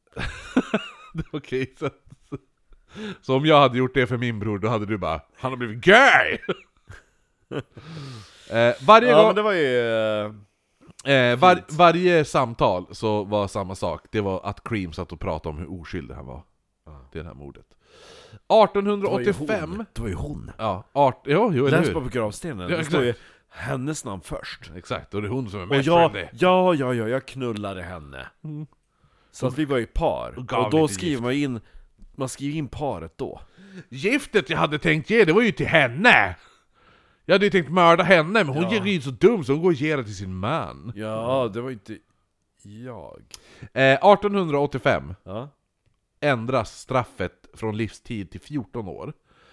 Okej, så om jag hade gjort det för min bror, då hade du bara, han har blivit gay! Varje gång... men det var ju... varje samtal så var samma sak. Det var att Cream satt och pratade om hur oskyldig han var. Det här mordet. 1885... Det var ju hon. Läs på gravstenen. Det står ju hennes namn först. Exakt, och det är hon som är mest skyldig. Jag knullade henne. Så att vi var ju par. Och då skriver man skriver in paret då. Giftet jag hade tänkt ge, det var ju till henne. Jag hade ju tänkt mörda henne, men hon är ju så dum så hon går och ger det till sin man. Ja, det var inte jag. 1885 ändras straffet från livstid till 14 år.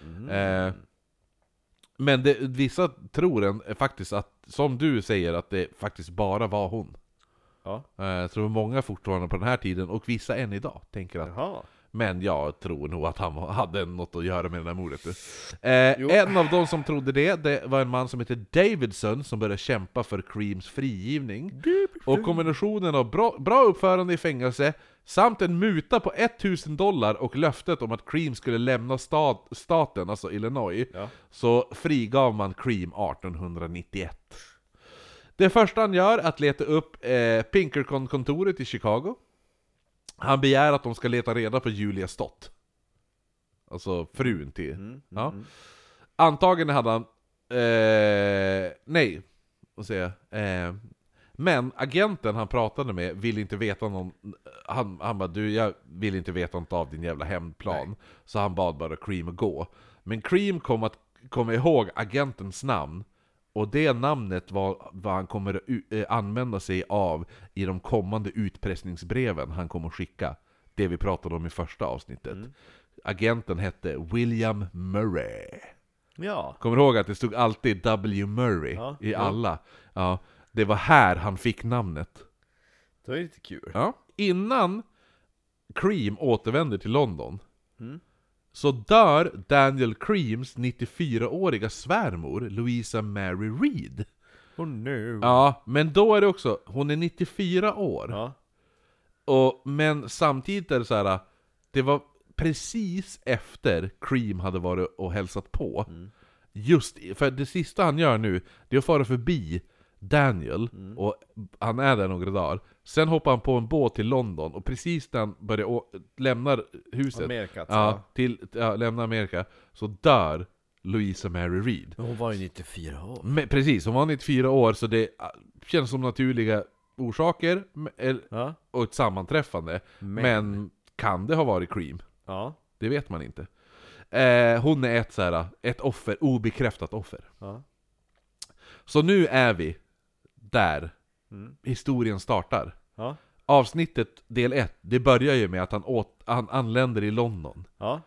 Men vissa tror faktiskt att, som du säger, att det faktiskt bara var hon. Jag tror många fortfarande på den här tiden, och vissa än idag, tänker att men jag tror nog att han hade något att göra med den här mordet. En av de som trodde det var en man som heter Davidson, som började kämpa för Creams frigivning. Och kombinationen av bra uppförande i fängelse samt en muta på $1000 och löftet om att Cream skulle lämna staten, alltså Illinois, så frigav man Cream 1891. Det första han gör är att leta upp Pinkerton-kontoret i Chicago. Han begär att de ska leta reda på Julia Stott, alltså frun till. Antagligen hade han men agenten han pratade med ville inte veta någon. Han bara, jag vill inte veta något av din jävla hemplan. Nej. Så han bad bara Cream att gå. Men Cream kom ihåg agentens namn, och det namnet var vad han kommer att använda sig av i de kommande utpressningsbreven han kommer att skicka. Det vi pratade om i första avsnittet. Agenten hette William Murray. Kommer ihåg att det stod alltid W. Murray i alla. Ja, det var här han fick namnet. Det var lite kul. Ja. Innan Cream återvänder till London så dör Daniel Creams 94-åriga svärmor Louisa Mary Reed. No. Ja, men då är det också, hon är 94 år. Men samtidigt är det så här, det var precis efter Cream hade varit och hälsat på. Just för det sista han gör nu, det är att fara förbi Daniel, och han är där några dagar. Sen hoppar han på en båt till London, och precis när han börjar lämna huset lämna Amerika, så dör Louisa Mary Reed. Men hon var ju 94 år. Precis, hon var 94 år, så det känns som naturliga orsaker och ett sammanträffande. Men kan det ha varit Cream? Det vet man inte. Hon är ett offer, obekräftat offer. Så nu är vi där historien startar. Avsnittet del 1, det börjar ju med att han anländer i London.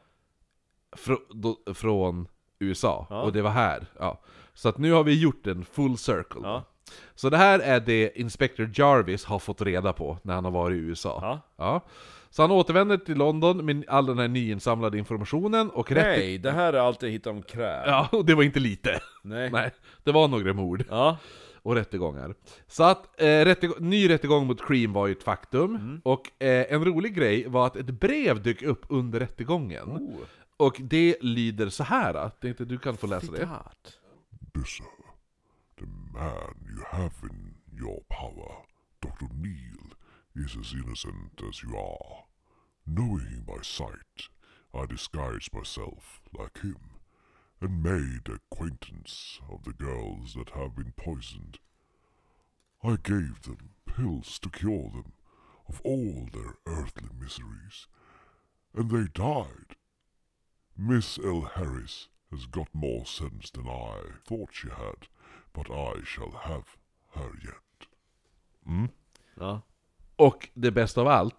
Från USA. Och det var här. Så att nu har vi gjort en full circle. Så det här är det Inspector Jarvis har fått reda på när han har varit i USA. Så han återvänder till London med all den här nyinsamlade informationen och Nej, det här är allt jag hittar om kräm. Ja, och det var inte lite. Nej. Det var några mord. och rättegångar. Så att ny rättegång mot Cream var ju ett faktum. Och en rolig grej var att ett brev dök upp under rättegången. Och det lyder så här. Tänkte du kan få läsa det. This, the man you have in your power, Dr. Neil, is as innocent as you are. Knowing him by sight, I disguised myself like him, and made acquaintance of the girls that have been poisoned. I gave them pills to cure them of all their earthly miseries, and they died. Miss L. Harris has got more sense than I thought she had, but I shall have her yet. Ja. Och det bästa av allt,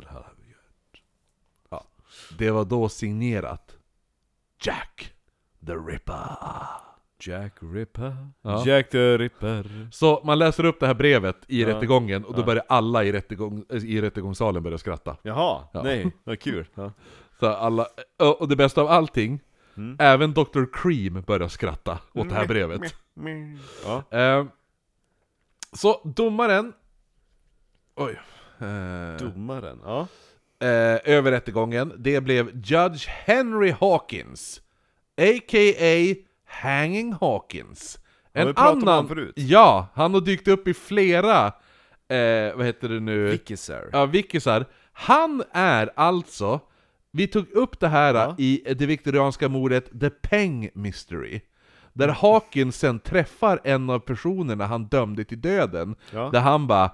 ja, det var då signerat Jack the Ripper. Jack Ripper. Ja. Jack the Ripper. Så man läser upp det här brevet i rättegången, och då börjar alla i rättegångssalen börja skratta. Jaha, nej, vad kul. Ja. Så alla, och det bästa av allting, även Dr. Cream börjar skratta åt det här brevet. Ja. Så domaren, Domaren, ja. över rättegången, det blev Judge Henry Hawkins, a.k.a. Hanging Hawkins. Har vi pratat om honom förut? Ja, han har dykt upp i flera vad heter det nu? Wikisar. Ja, Wikisar. Han är alltså, vi tog upp det här i det viktorianska mordet The Peng Mystery, där Hawkins sen träffar en av personerna han dömde till döden, där han bara,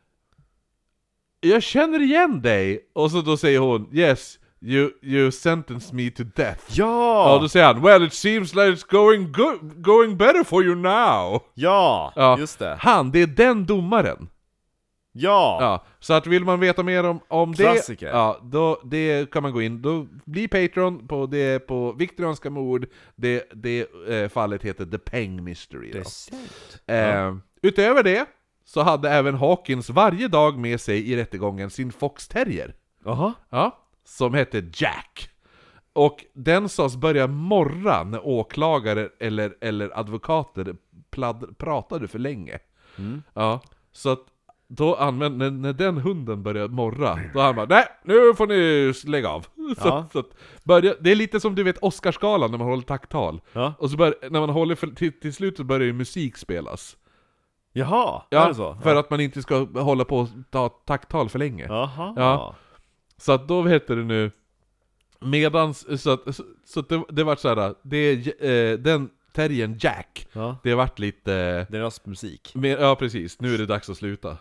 jag känner igen dig, och så då säger hon, yes, you sentenced me to death. Ja! Och då säger han, well, it seems like it's going better for you now. Ja, just det. Han, det är den domaren. Ja! Så att vill man veta mer om klassiker. Det, ja, då det kan man gå in. Då bli Patreon på det på viktorianska mord. Det fallet heter The Peng Mystery. Utöver det så hade även Hawkins varje dag med sig i rättegången sin Fox Terrier. Ja, som hette Jack. Och den sades börja morra när åklagare eller advokater pratade för länge. Ja, så att då när den hunden började morra, då han bara, nej, nu får ni lägga av. Så att det är lite som du vet Oscarsgalan när man håller tacktal. Och så när man håller till slut så börjar ju musik spelas. Jaha, är det så? För att man inte ska hålla på och ta tacktal för länge. Ja. Så att då heter det nu medans så det var så här, den terriern Jack. Det har varit lite deras musik. Ja, precis. Nu är det dags att sluta.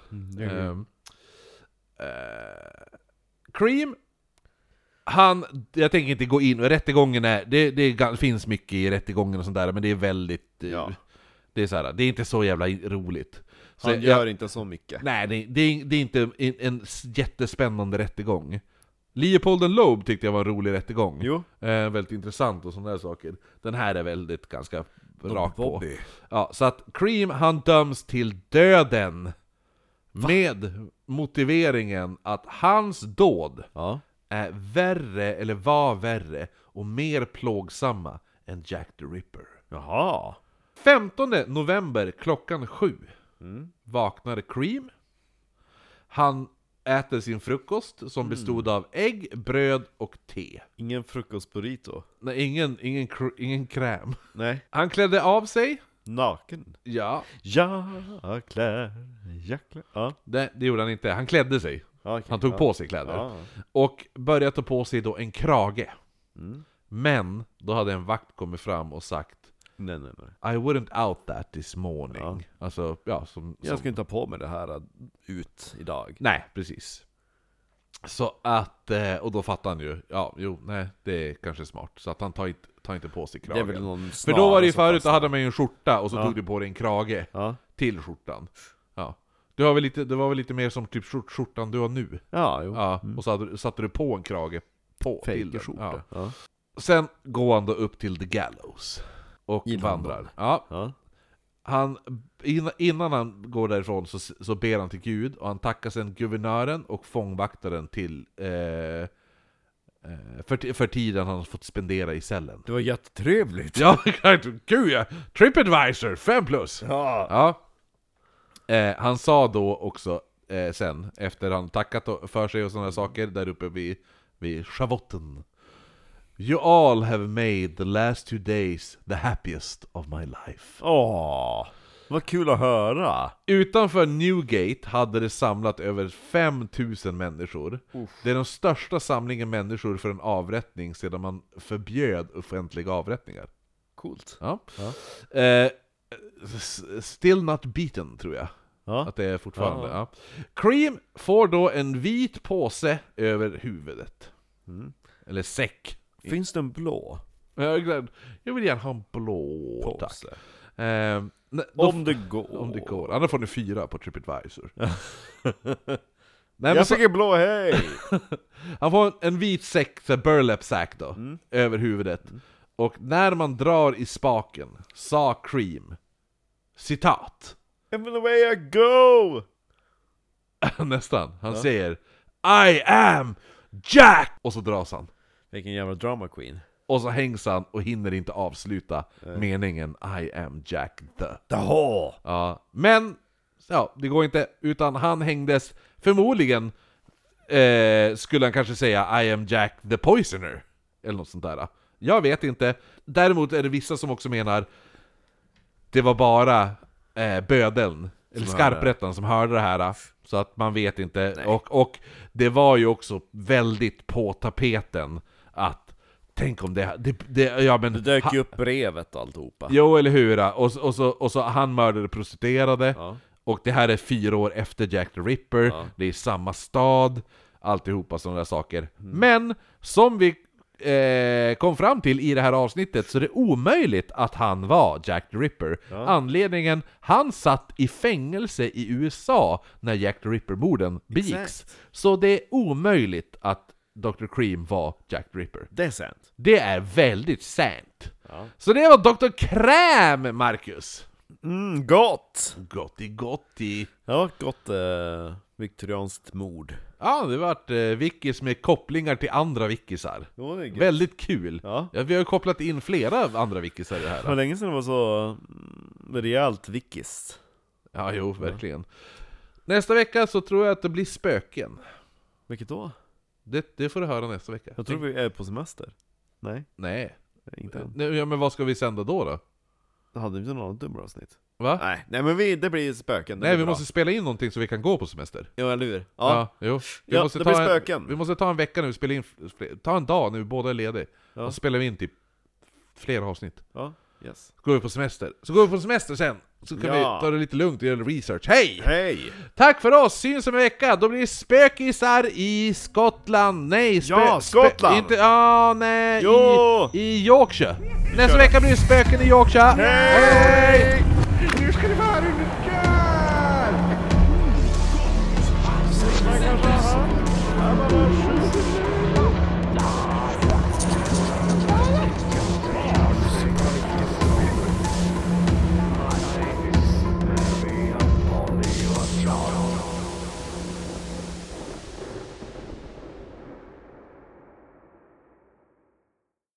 Cream, jag tänker inte gå in, och rättegången det finns mycket i rättegången och sånt där, men det är väldigt det är så här, det är inte så jävla roligt. Så han gör inte så mycket. Nej, det är inte en jättespännande rättegång. Leopold & Loeb tyckte jag var en rolig rättegång. Väldigt intressant och sådana där saker. Den här är väldigt ganska rakt på. Ja, så att Cream, han döms till döden. Med motiveringen att hans dåd är var värre och mer plågsamma än Jack the Ripper. Jaha. 15 november klockan 7 vaknade Cream. Han äter sin frukost som bestod av ägg, bröd och te. Ingen frukostburrito. Nej, ingen kräm. Nej. Han klädde av sig. Naken. Ja. Jag klär. Ja. Det gjorde han inte. Han klädde sig. Okay. Han tog på sig kläder. Och började ta på sig då en krage. Men då hade en vakt kommit fram och sagt, nej. I wouldn't out that this morning. Alltså, jag ska inte ta på mig det här ut idag. Nej, precis. Så att, och då fattar han ju, det är kanske smart. Så att han tar inte på sig kragen. Det är väl någon för då var det ju förut, då hade man ju en skjorta och så tog du på dig en krage till skjortan. Ja. Det var väl lite mer som typ skjortan du har nu. Och så satte du på en krage på till den. Skjorta. Sen går han då upp till the gallows och vandrar. Han, innan han går därifrån så ber han till Gud, och han tackar sen guvernören och fångvaktaren till för tiden han har fått spendera i cellen. Det var jättetrevligt. Ja, gud ja. TripAdvisor 5+. Ja. Han sa då också sen, efter han tackat för sig och sådana saker där uppe vid Schavotten: You all have made the last 2 days the happiest of my life. Vad kul att höra. Utanför Newgate hade det samlat över 5000 människor. Det är den största samlingen människor för en avrättning sedan man förbjöd offentliga avrättningar. Coolt. Ja. Still not beaten, tror jag. Att det är fortfarande. Ja. Cream får då en vit påse över huvudet. Eller säck. Finns det en blå? Jag vill gärna ha en blå påse. Om det går. Om det går. Annars får ni 4 på TripAdvisor. Jag fick en blå, hej! Han får en vit säck, burlap sack då, över huvudet. Och när man drar i spaken, sa Cream, citat: "And the way I go!" Nästan. Han säger I am Jack! Och så dras han. Vilken jävla drama queen. Och så hängs han och hinner inte avsluta meningen I am Jack the. Ja, men det går inte, utan han hängdes förmodligen skulle han kanske säga I am Jack the Poisoner eller något sånt där. Jag vet inte. Däremot är det vissa som också menar det var bara bödeln eller skarprätten som hörde det här, så att man vet inte. Och det var ju också väldigt på tapeten att tänk om det dök ju upp brevet och alltihopa. Jo, eller hur? Och så han mördade prostituerade. Och det här är 4 år efter Jack the Ripper. Det är samma stad. Alltihopa sådana där saker. Men som vi kom fram till i det här avsnittet, så är det omöjligt att han var Jack the Ripper. Anledningen, han satt i fängelse i USA när Jack the Ripper-morden begicks. Så det är omöjligt att Dr. Cream var Jack the Ripper. Det är sant. Det är väldigt sant. Så det var Dr. Kräm, Marcus. Gott! Gotti. Ja, gott viktorianskt mord. Ja, det varit wikis med kopplingar till andra wikisar. Väldigt kul. Ja, vi har ju kopplat in flera andra wikisar i det här. Det var länge sedan det var så rejält wikis. Ja, jo, verkligen. Nästa vecka så tror jag att det blir spöken. Vilket då? Det får du höra nästa vecka. Jag tror vi är på semester. Nej. Inte än. Ja, men vad ska vi sända då? Det hade vi inte något dummeravsnitt. Va? Nej, men det blir spöken. Vi måste spela in någonting så vi kan gå på semester. Jo, eller hur? Vi måste det blir spöken. Vi måste ta en vecka när vi spelar in. Ta en dag när vi båda är lediga. Och så spelar vi in typ flera avsnitt. Yes. Går vi på semester. Så går vi på semester sen. Så kan vi ta det lite lugnt och göra research. Hej! Tack för oss, syns om en vecka. Då blir det spökisar i Skottland. Nej, Skottland! Inte, nej, i Yorkshire. Nästa vecka blir det spöken i Yorkshire. Hej!